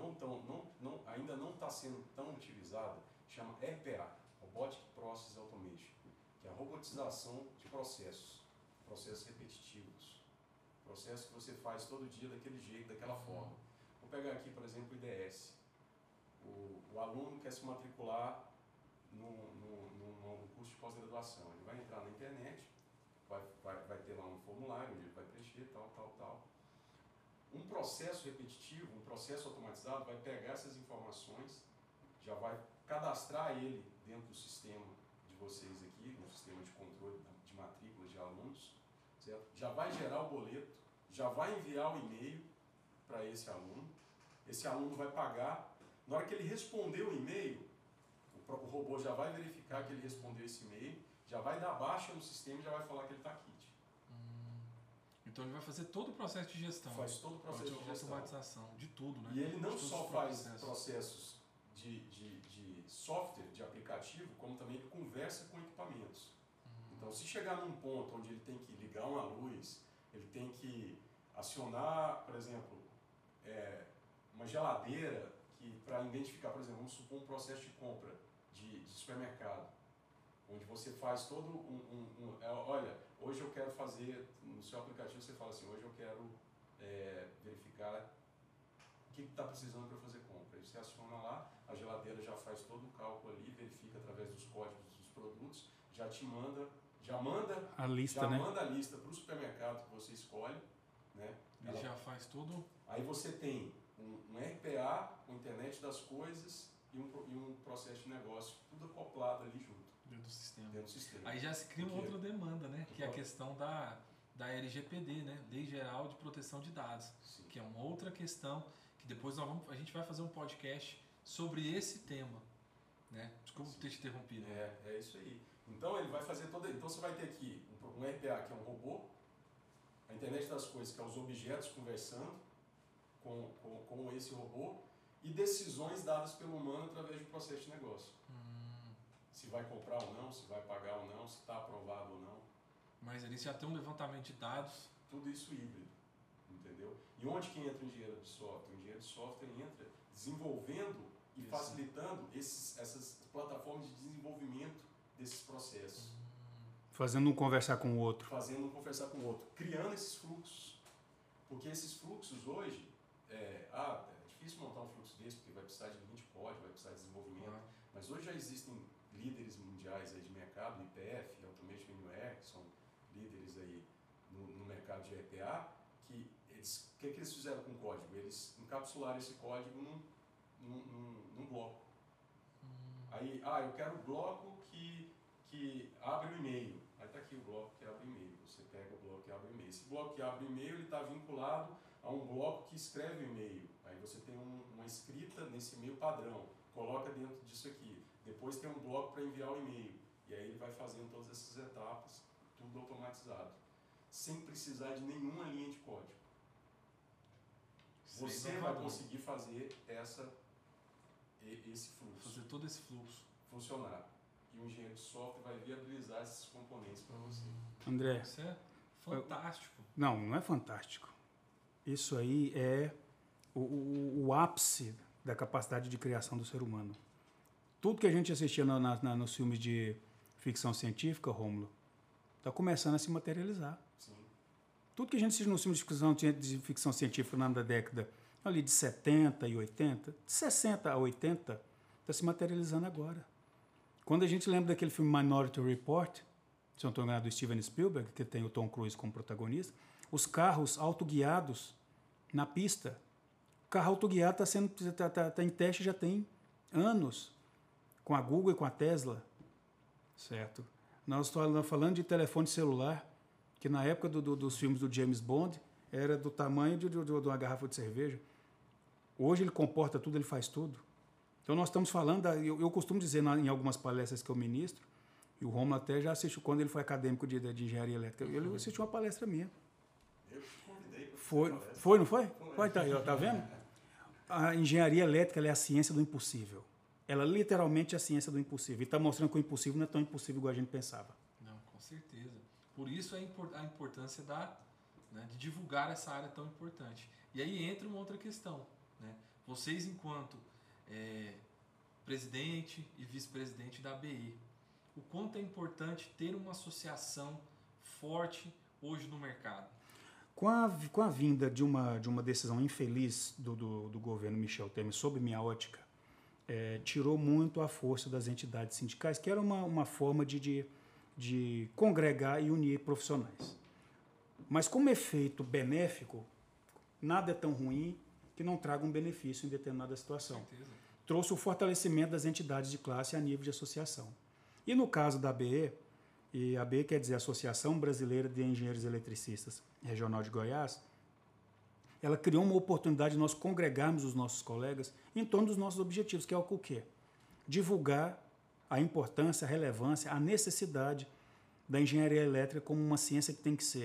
ainda não está sendo tão utilizada, chama RPA, Robotic Process Automation, que é a robotização de processos repetitivos, processos que você faz todo dia daquele jeito, daquela forma. Vou pegar aqui, por exemplo, o IDS. O aluno quer se matricular num curso de pós-graduação. Ele vai entrar na internet, vai ter lá um formulário onde ele vai preencher, tal. Um processo repetitivo, um processo automatizado vai pegar essas informações, já vai cadastrar ele dentro do sistema de vocês aqui, no sistema de controle de matrículas de alunos, certo? Já vai gerar o boleto, já vai enviar o e-mail para esse aluno vai pagar, na hora que ele responder o e-mail, o robô já vai verificar que ele respondeu esse e-mail, já vai dar baixa no sistema e já vai falar que ele está kit. Então ele vai fazer todo o processo de gestão. Faz todo o processo de gestão. Automatização, de tudo, né? E ele não de só faz processos de software, de aplicativo, como também ele conversa com equipamentos. Então, se chegar num ponto onde ele tem que ligar uma luz, ele tem que acionar, por exemplo, uma geladeira para identificar, por exemplo, vamos supor um processo de compra de supermercado, onde você faz todo olha, hoje eu quero fazer, no seu aplicativo você fala assim, hoje eu quero verificar o que está precisando para fazer compra. Aí você aciona lá, a geladeira já faz todo o cálculo ali, verifica através dos códigos dos produtos, já manda a lista, manda a lista para o supermercado que você escolhe, né? Ele já faz tudo. Aí você tem um RPA, uma internet das coisas e um processo de negócio, tudo acoplado ali junto. Dentro do sistema. Aí já se cria uma outra demanda, né? Que é a questão da LGPD, né? Lei Geral de Proteção de Dados. Sim. Que é uma outra questão que depois a gente vai fazer um podcast sobre esse tema. Né? Desculpa ter te interrompido. É isso aí. Então ele vai fazer então você vai ter aqui um RPA, que é um robô, a internet das coisas, que é os objetos conversando com esse robô, e decisões dadas pelo humano através do processo de negócio. Se vai comprar ou não, se vai pagar ou não, se está aprovado ou não. Mas ele já tem um levantamento de dados. Tudo isso híbrido, entendeu? E onde que entra o engenheiro de software? O engenheiro de software entra desenvolvendo e facilitando essas plataformas de desenvolvimento desses processos. Fazendo um conversar com o outro. Criando esses fluxos. Porque esses fluxos hoje, é difícil montar um fluxo desse, porque vai precisar de linha de código, vai precisar de desenvolvimento. Mas hoje já existem líderes mundiais aí de mercado, IPF, Automation Anywhere, que são líderes aí no mercado de RPA, que o que eles fizeram com o código? Eles encapsularam esse código num bloco. Aí, eu quero um bloco que abre o e-mail. Aí está aqui o bloco que abre o e-mail. Você pega o bloco que abre o e-mail. Esse bloco que abre o e-mail está vinculado a um bloco que escreve o e-mail. Aí você tem uma escrita nesse e-mail padrão. Coloca dentro disso aqui. Depois tem um bloco para enviar o e-mail. E aí ele vai fazendo todas essas etapas, tudo automatizado. Sem precisar de nenhuma linha de código. Você vai conseguir fazer esse fluxo. Fazer todo esse fluxo funcionar. E o engenheiro de software vai viabilizar esses componentes para você. André. Isso é fantástico. Não é fantástico. Isso aí é o ápice da capacidade de criação do ser humano. Tudo que a gente assistia nos filmes de ficção científica, Rômulo, está começando a se materializar. Sim. Tudo que a gente assiste nos filmes de ficção científica na década ali de 70 e 80, de 60 a 80, está se materializando agora. Quando a gente lembra daquele filme Minority Report, se não estou enganado, do Steven Spielberg, que tem o Tom Cruise como protagonista, os carros autoguiados na pista. O carro autoguiado está em teste já tem anos, com a Google e com a Tesla. Certo? Nós estamos falando de telefone celular, que na época dos filmes do James Bond era do tamanho de uma garrafa de cerveja. Hoje ele comporta tudo, ele faz tudo. Então nós estamos falando, eu costumo dizer em algumas palestras que eu ministro, e o Romulo até já assistiu, quando ele foi acadêmico de engenharia elétrica, ele assistiu uma palestra minha. Eu te convidei para Foi, não foi? Foi, tá vendo? A engenharia elétrica ela é a ciência do impossível. Ela literalmente é a ciência do impossível. E está mostrando que o impossível não é tão impossível igual a gente pensava. Não, com certeza. Por isso a importância de divulgar essa área tão importante. E aí entra uma outra questão. Né? Vocês, enquanto presidente e vice-presidente da ABI, o quanto é importante ter uma associação forte hoje no mercado? Com a vinda de uma decisão infeliz do governo Michel Temer sobre minha ótica, tirou muito a força das entidades sindicais, que era uma forma de congregar e unir profissionais. Mas como efeito benéfico, nada é tão ruim que não traga um benefício em determinada situação. Com certeza. Trouxe o fortalecimento das entidades de classe a nível de associação. E no caso da ABE, e a ABE quer dizer Associação Brasileira de Engenheiros Eletricistas Regional de Goiás, ela criou uma oportunidade de nós congregarmos os nossos colegas em torno dos nossos objetivos, que é o quê? Divulgar a importância, a relevância, a necessidade da engenharia elétrica como uma ciência que tem que ser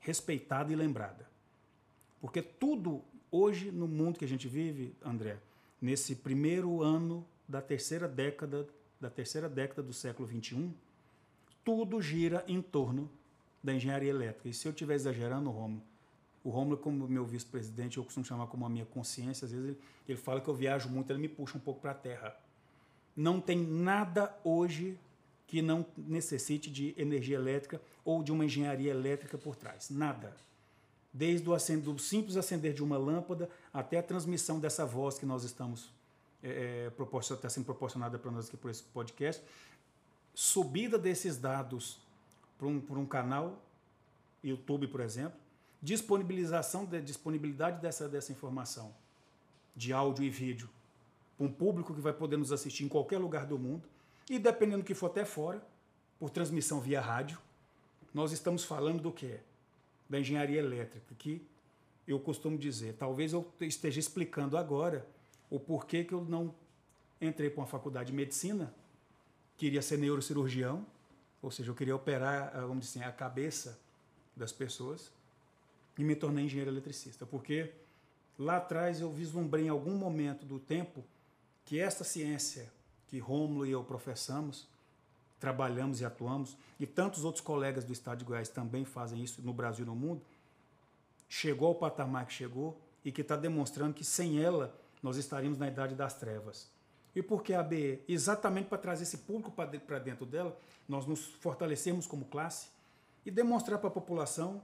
respeitada e lembrada. Porque tudo hoje no mundo que a gente vive, André, nesse primeiro ano da terceira década do século XXI, tudo gira em torno da engenharia elétrica. E se eu estiver exagerando, o Rômulo, como meu vice-presidente, eu costumo chamar como a minha consciência, às vezes ele fala que eu viajo muito, ele me puxa um pouco para a terra. Não tem nada hoje que não necessite de energia elétrica ou de uma engenharia elétrica por trás. Nada. Desde do simples acender de uma lâmpada até a transmissão dessa voz que nós estamos está sendo proporcionada para nós aqui por esse podcast, subida desses dados por um canal, YouTube, por exemplo, disponibilidade dessa informação de áudio e vídeo para um público que vai poder nos assistir em qualquer lugar do mundo e, dependendo do que for até fora, por transmissão via rádio. Nós estamos falando do quê? Da engenharia elétrica, que eu costumo dizer, talvez eu esteja explicando agora o porquê que eu não entrei para uma faculdade de medicina, queria ser neurocirurgião, ou seja, eu queria operar, vamos dizer assim, a cabeça das pessoas, e me tornei engenheiro eletricista, porque lá atrás eu vislumbrei em algum momento do tempo que esta ciência que Rômulo e eu professamos, trabalhamos e atuamos, e tantos outros colegas do estado de Goiás também fazem isso no Brasil e no mundo, chegou ao patamar que chegou e que está demonstrando que sem ela nós estaríamos na idade das trevas. E por que a ABE? Exatamente para trazer esse público para dentro dela, nós nos fortalecemos como classe e demonstrar para a população,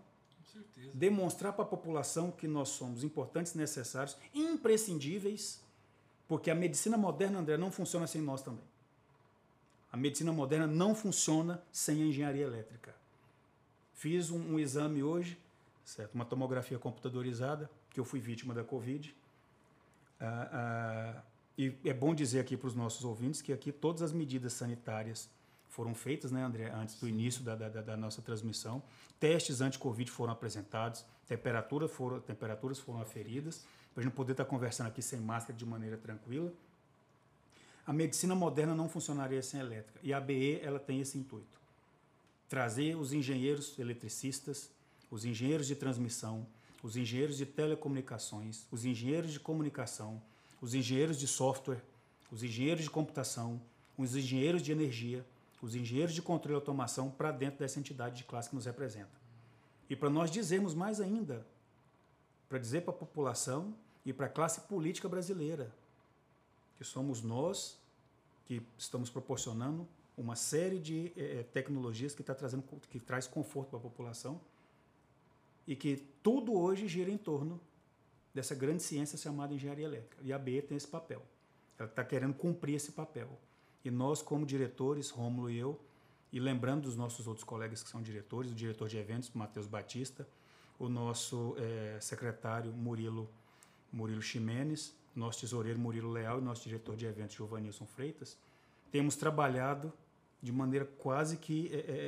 que nós somos importantes, necessários, imprescindíveis, porque a medicina moderna, André, não funciona sem nós também. A medicina moderna não funciona sem a engenharia elétrica. Fiz um exame hoje, certo? Uma tomografia computadorizada, que eu fui vítima da Covid. E é bom dizer aqui para os nossos ouvintes que aqui todas as medidas sanitárias foram feitas, né, André, antes do início da nossa transmissão. Testes anti-Covid foram apresentados, temperaturas foram aferidas, para a gente poder estar conversando aqui sem máscara de maneira tranquila. A medicina moderna não funcionaria sem a elétrica. E a ABE ela tem esse intuito. Trazer os engenheiros eletricistas, os engenheiros de transmissão, os engenheiros de telecomunicações, os engenheiros de comunicação, os engenheiros de software, os engenheiros de computação, os engenheiros de energia, os engenheiros de controle e automação para dentro dessa entidade de classe que nos representa. E para nós dizermos mais ainda, para dizer para a população e para a classe política brasileira, que somos nós que estamos proporcionando uma série de tecnologias que traz conforto para a população e que tudo hoje gira em torno dessa grande ciência chamada engenharia elétrica. E a ABE tem esse papel. Ela está querendo cumprir esse papel. E nós, como diretores, Rômulo e eu, e lembrando dos nossos outros colegas que são diretores, o diretor de eventos, Matheus Batista, o nosso secretário Murilo Ximenes, nosso tesoureiro Murilo Leal e nosso diretor de eventos Giovanilson Freitas, temos trabalhado de maneira quase que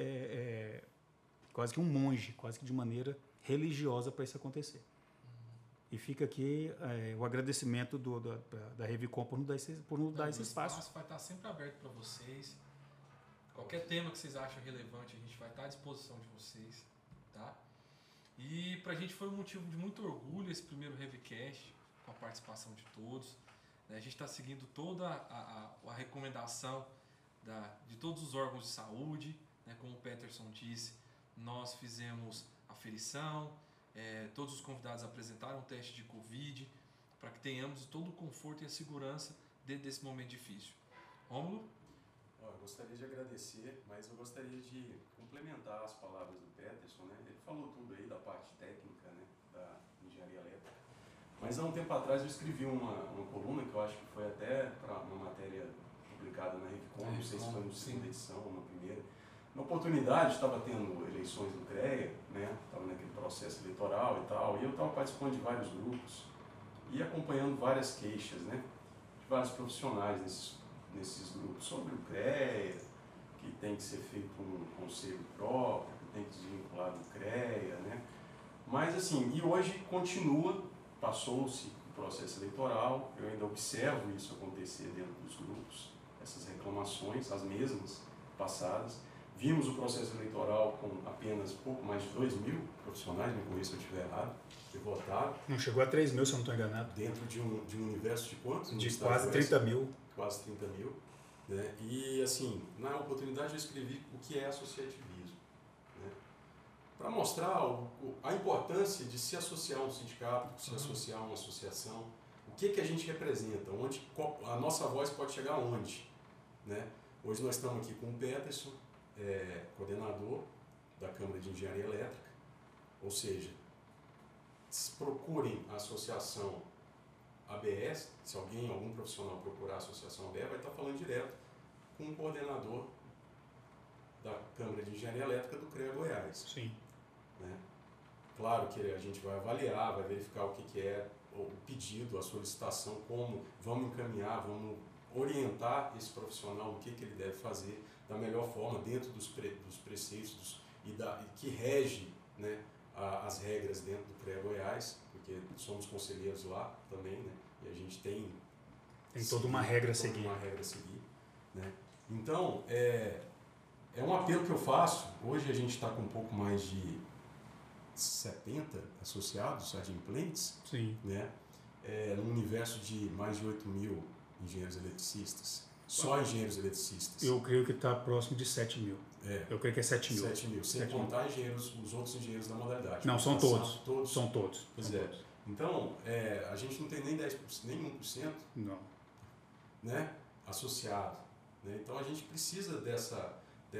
um monge, quase que de maneira religiosa para isso acontecer. E fica aqui o agradecimento da Revicom por nos dar esse espaço. O espaço vai estar sempre aberto para vocês. Qualquer tema que vocês acham relevante, a gente vai estar à disposição de vocês. Tá? E para a gente foi um motivo de muito orgulho esse primeiro Revcast, com a participação de todos. A gente está seguindo toda a recomendação de todos os órgãos de saúde. Como o Peterson disse, nós fizemos aferição, todos os convidados apresentaram um teste de Covid, para que tenhamos todo o conforto e a segurança dentro desse momento difícil. Rômulo? Eu gostaria de agradecer, mas eu gostaria de complementar as palavras do Peterson. Ele falou tudo aí da parte técnica, da engenharia elétrica. Mas há um tempo atrás eu escrevi uma coluna que eu acho que foi até para uma matéria publicada na Revicom, não sei se foi na segunda edição ou na primeira. Na oportunidade, estava tendo eleições no CREA, estava naquele processo eleitoral e tal, e eu estava participando de vários grupos e acompanhando várias queixas, de vários profissionais nesses grupos sobre o CREA, que tem que ser feito um conselho próprio, que tem que desvincular do CREA, Mas assim, e hoje continua, passou-se o processo eleitoral, eu ainda observo isso acontecer dentro dos grupos, essas reclamações, as mesmas passadas, Vimos o processo eleitoral com apenas pouco mais de 2.000 profissionais, me corrija se eu estiver errado, que votaram. Não chegou a 3 mil, se eu não estou enganado. Dentro de um universo de quantos? De quase 30 mil. Quase 30 mil. Né? E, assim, na oportunidade eu escrevi o que é associativismo. Né? Para mostrar a importância de se associar a um sindicato, se associar a uma associação, o que a gente representa, a nossa voz pode chegar aonde. Né? Hoje nós estamos aqui com o Peterson, coordenador da Câmara de Engenharia Elétrica, ou seja, procurem a associação ABS, se algum profissional procurar a associação ABS, vai estar falando direto com o coordenador da Câmara de Engenharia Elétrica do CREA Goiás. Sim. Né? Claro que a gente vai avaliar, vai verificar o que é o pedido, a solicitação, como vamos encaminhar, vamos orientar esse profissional o que ele deve fazer da melhor forma, dentro dos preceitos e que rege, né, as regras dentro do CREA Goiás, porque somos conselheiros lá também, né, e a gente tem toda uma regra a seguir. Né? Então, é um apelo que eu faço. Hoje a gente está com um pouco mais de 70 associados, adimplentes, Sim. Né? Num universo de mais de 8.000 engenheiros eletricistas. Só engenheiros eletricistas. Eu creio que está próximo de 7 mil. Eu creio que é 7 mil. 7 mil, sem contar os outros engenheiros da modalidade. Não, são todos. São todos. Pois é. Então, a gente não tem nem 10%, nem 1%. Não. Né, associado. Né? Então a gente precisa que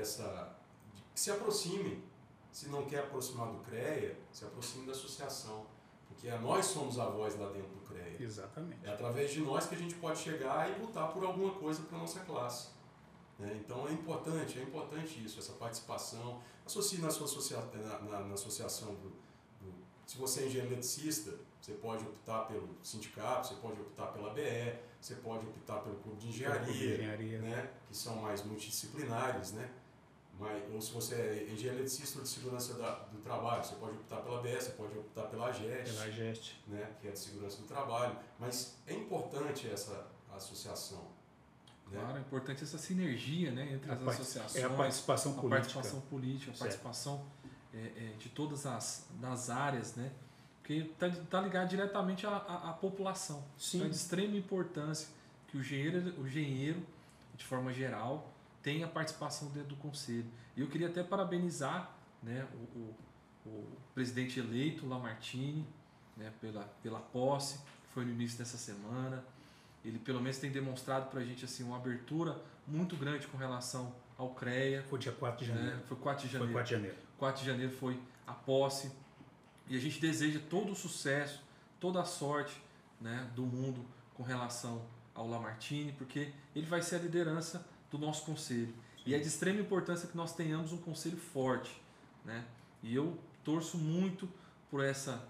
se aproxime. Se não quer aproximar do CREA, se aproxime da associação. Porque nós somos a voz lá dentro do CREA. Exatamente. É através de nós que a gente pode chegar e lutar por alguma coisa para a nossa classe. Né? Então é importante isso, essa participação. Associe na associação se você é engenheiro eletricista, você pode optar pelo sindicato, você pode optar pela BE, você pode optar pelo clube de engenharia. Né? Que são mais multidisciplinares, né? Ou se você é engenheiro eletricista de segurança do trabalho, você pode optar pela BE, você pode optar pela AGEST, né? Que é de segurança do trabalho. Mas é importante essa associação. Né? Claro, é importante essa sinergia, né, entre as associações. É a participação política. A participação política, a participação de todas as áreas, né? Porque está ligado diretamente à população. Sim. Então é de extrema importância que o engenheiro, de forma geral, tenha participação dentro do conselho. E eu queria até parabenizar, né, o presidente eleito, Lamartine, né, pela posse, que foi no início dessa semana. Ele pelo menos tem demonstrado para a gente assim, uma abertura muito grande com relação ao CREA. Foi dia 4 de janeiro. Foi 4 de janeiro. Foi 4 de janeiro. 4 de janeiro foi a posse. E a gente deseja todo o sucesso, toda a sorte, né, do mundo com relação ao Lamartine, porque ele vai ser a liderança do nosso conselho. Sim. E é de extrema importância que nós tenhamos um conselho forte. Né? E eu torço muito por essa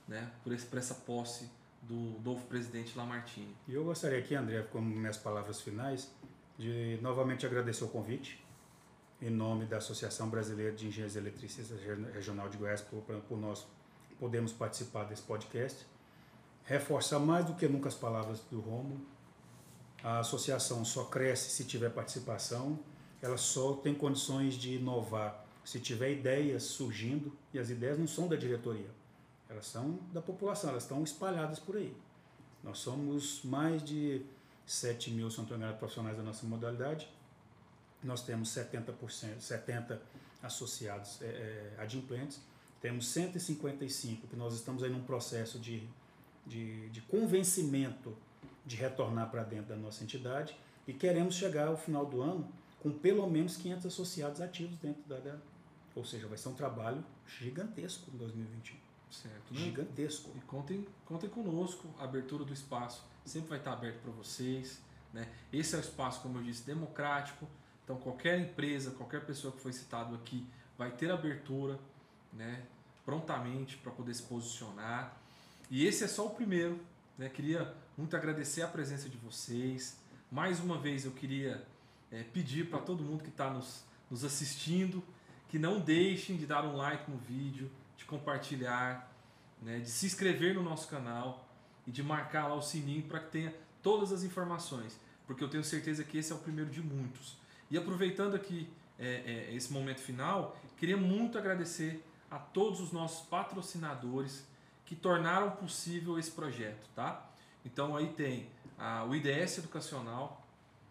posse do novo presidente Lamartine. E eu gostaria aqui, André, como minhas palavras finais, de novamente agradecer o convite, em nome da Associação Brasileira de Engenheiros Eletricistas Regional de Goiás, por nós podemos participar desse podcast. Reforçar mais do que nunca as palavras do Rômulo. A associação só cresce se tiver participação, ela só tem condições de inovar se tiver ideias surgindo, e as ideias não são da diretoria, elas são da população, elas estão espalhadas por aí. Nós somos mais de 7 mil, se não estou enganado, profissionais da nossa modalidade. Nós temos 70 associados adimplentes. Temos 155 que nós estamos aí num processo de convencimento de retornar para dentro da nossa entidade e queremos chegar ao final do ano com pelo menos 500 associados ativos dentro ou seja, vai ser um trabalho gigantesco em 2021. Certo, né? Gigantesco. E contem conosco, a abertura do espaço sempre vai estar aberto para vocês. Né? Esse é o espaço, como eu disse, democrático. Então qualquer empresa, qualquer pessoa que foi citado aqui vai ter abertura, né, prontamente para poder se posicionar. E esse é só o primeiro. Né? Queria muito agradecer a presença de vocês. Mais uma vez eu queria pedir para todo mundo que está nos assistindo que não deixem de dar um like no vídeo, de compartilhar, né, de se inscrever no nosso canal e de marcar lá o sininho para que tenha todas as informações, porque eu tenho certeza que esse é o primeiro de muitos. E aproveitando aqui esse momento final, queria muito agradecer a todos os nossos patrocinadores que tornaram possível esse projeto, tá? Então aí tem o IDS Educacional,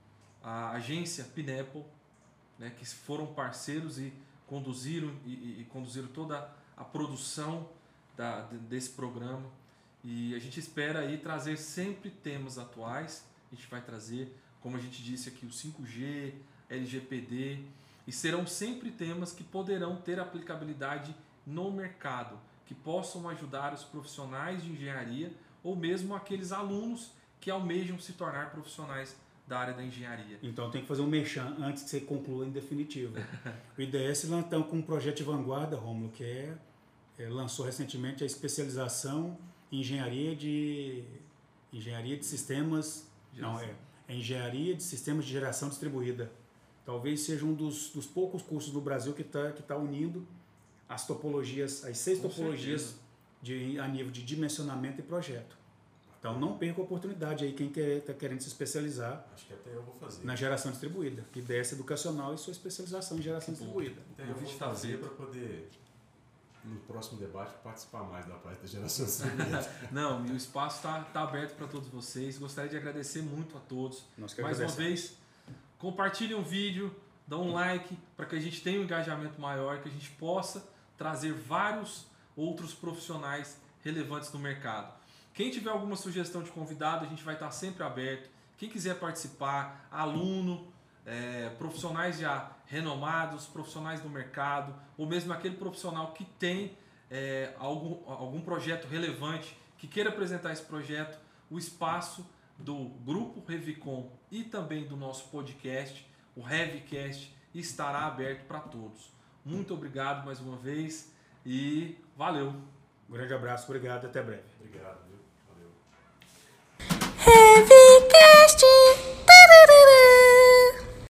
a agência Pineapple, né, que foram parceiros e conduziram toda a produção desse programa. E a gente espera aí trazer sempre temas atuais. A gente vai trazer, como a gente disse aqui, o 5G, LGPD, e serão sempre temas que poderão ter aplicabilidade no mercado, que possam ajudar os profissionais de engenharia ou mesmo aqueles alunos que almejam se tornar profissionais da área da engenharia. Então tem que fazer um merchan antes que você conclua em definitivo. O IDS está com um projeto de vanguarda, Rômulo, que lançou recentemente a especialização em engenharia de sistemas. Engenharia de sistemas de geração distribuída. Talvez seja um dos poucos cursos no Brasil que tá unindo as topologias, as 6 topologias a nível de dimensionamento e projeto. Então não perca a oportunidade aí, quem está querendo se especializar. Acho que até eu vou fazer. Na geração distribuída. IDS Educacional e sua especialização em geração distribuída. Então eu vou fazer para poder, no próximo debate, participar mais da parte da geração distribuída. Não, e o espaço está aberto para todos vocês. Gostaria de agradecer muito a todos. Mais uma vez, compartilhem o vídeo, dá um like para que a gente tenha um engajamento maior, que a gente possa trazer vários outros profissionais relevantes no mercado. Quem tiver alguma sugestão de convidado, a gente vai estar sempre aberto. Quem quiser participar, aluno, profissionais já renomados, profissionais do mercado, ou mesmo aquele profissional que tem algum projeto relevante, que queira apresentar esse projeto, o espaço do Grupo Revicon e também do nosso podcast, o Revcast, estará aberto para todos. Muito obrigado mais uma vez e valeu! Um grande abraço, obrigado, até breve. Obrigado, viu? Valeu. Revcast.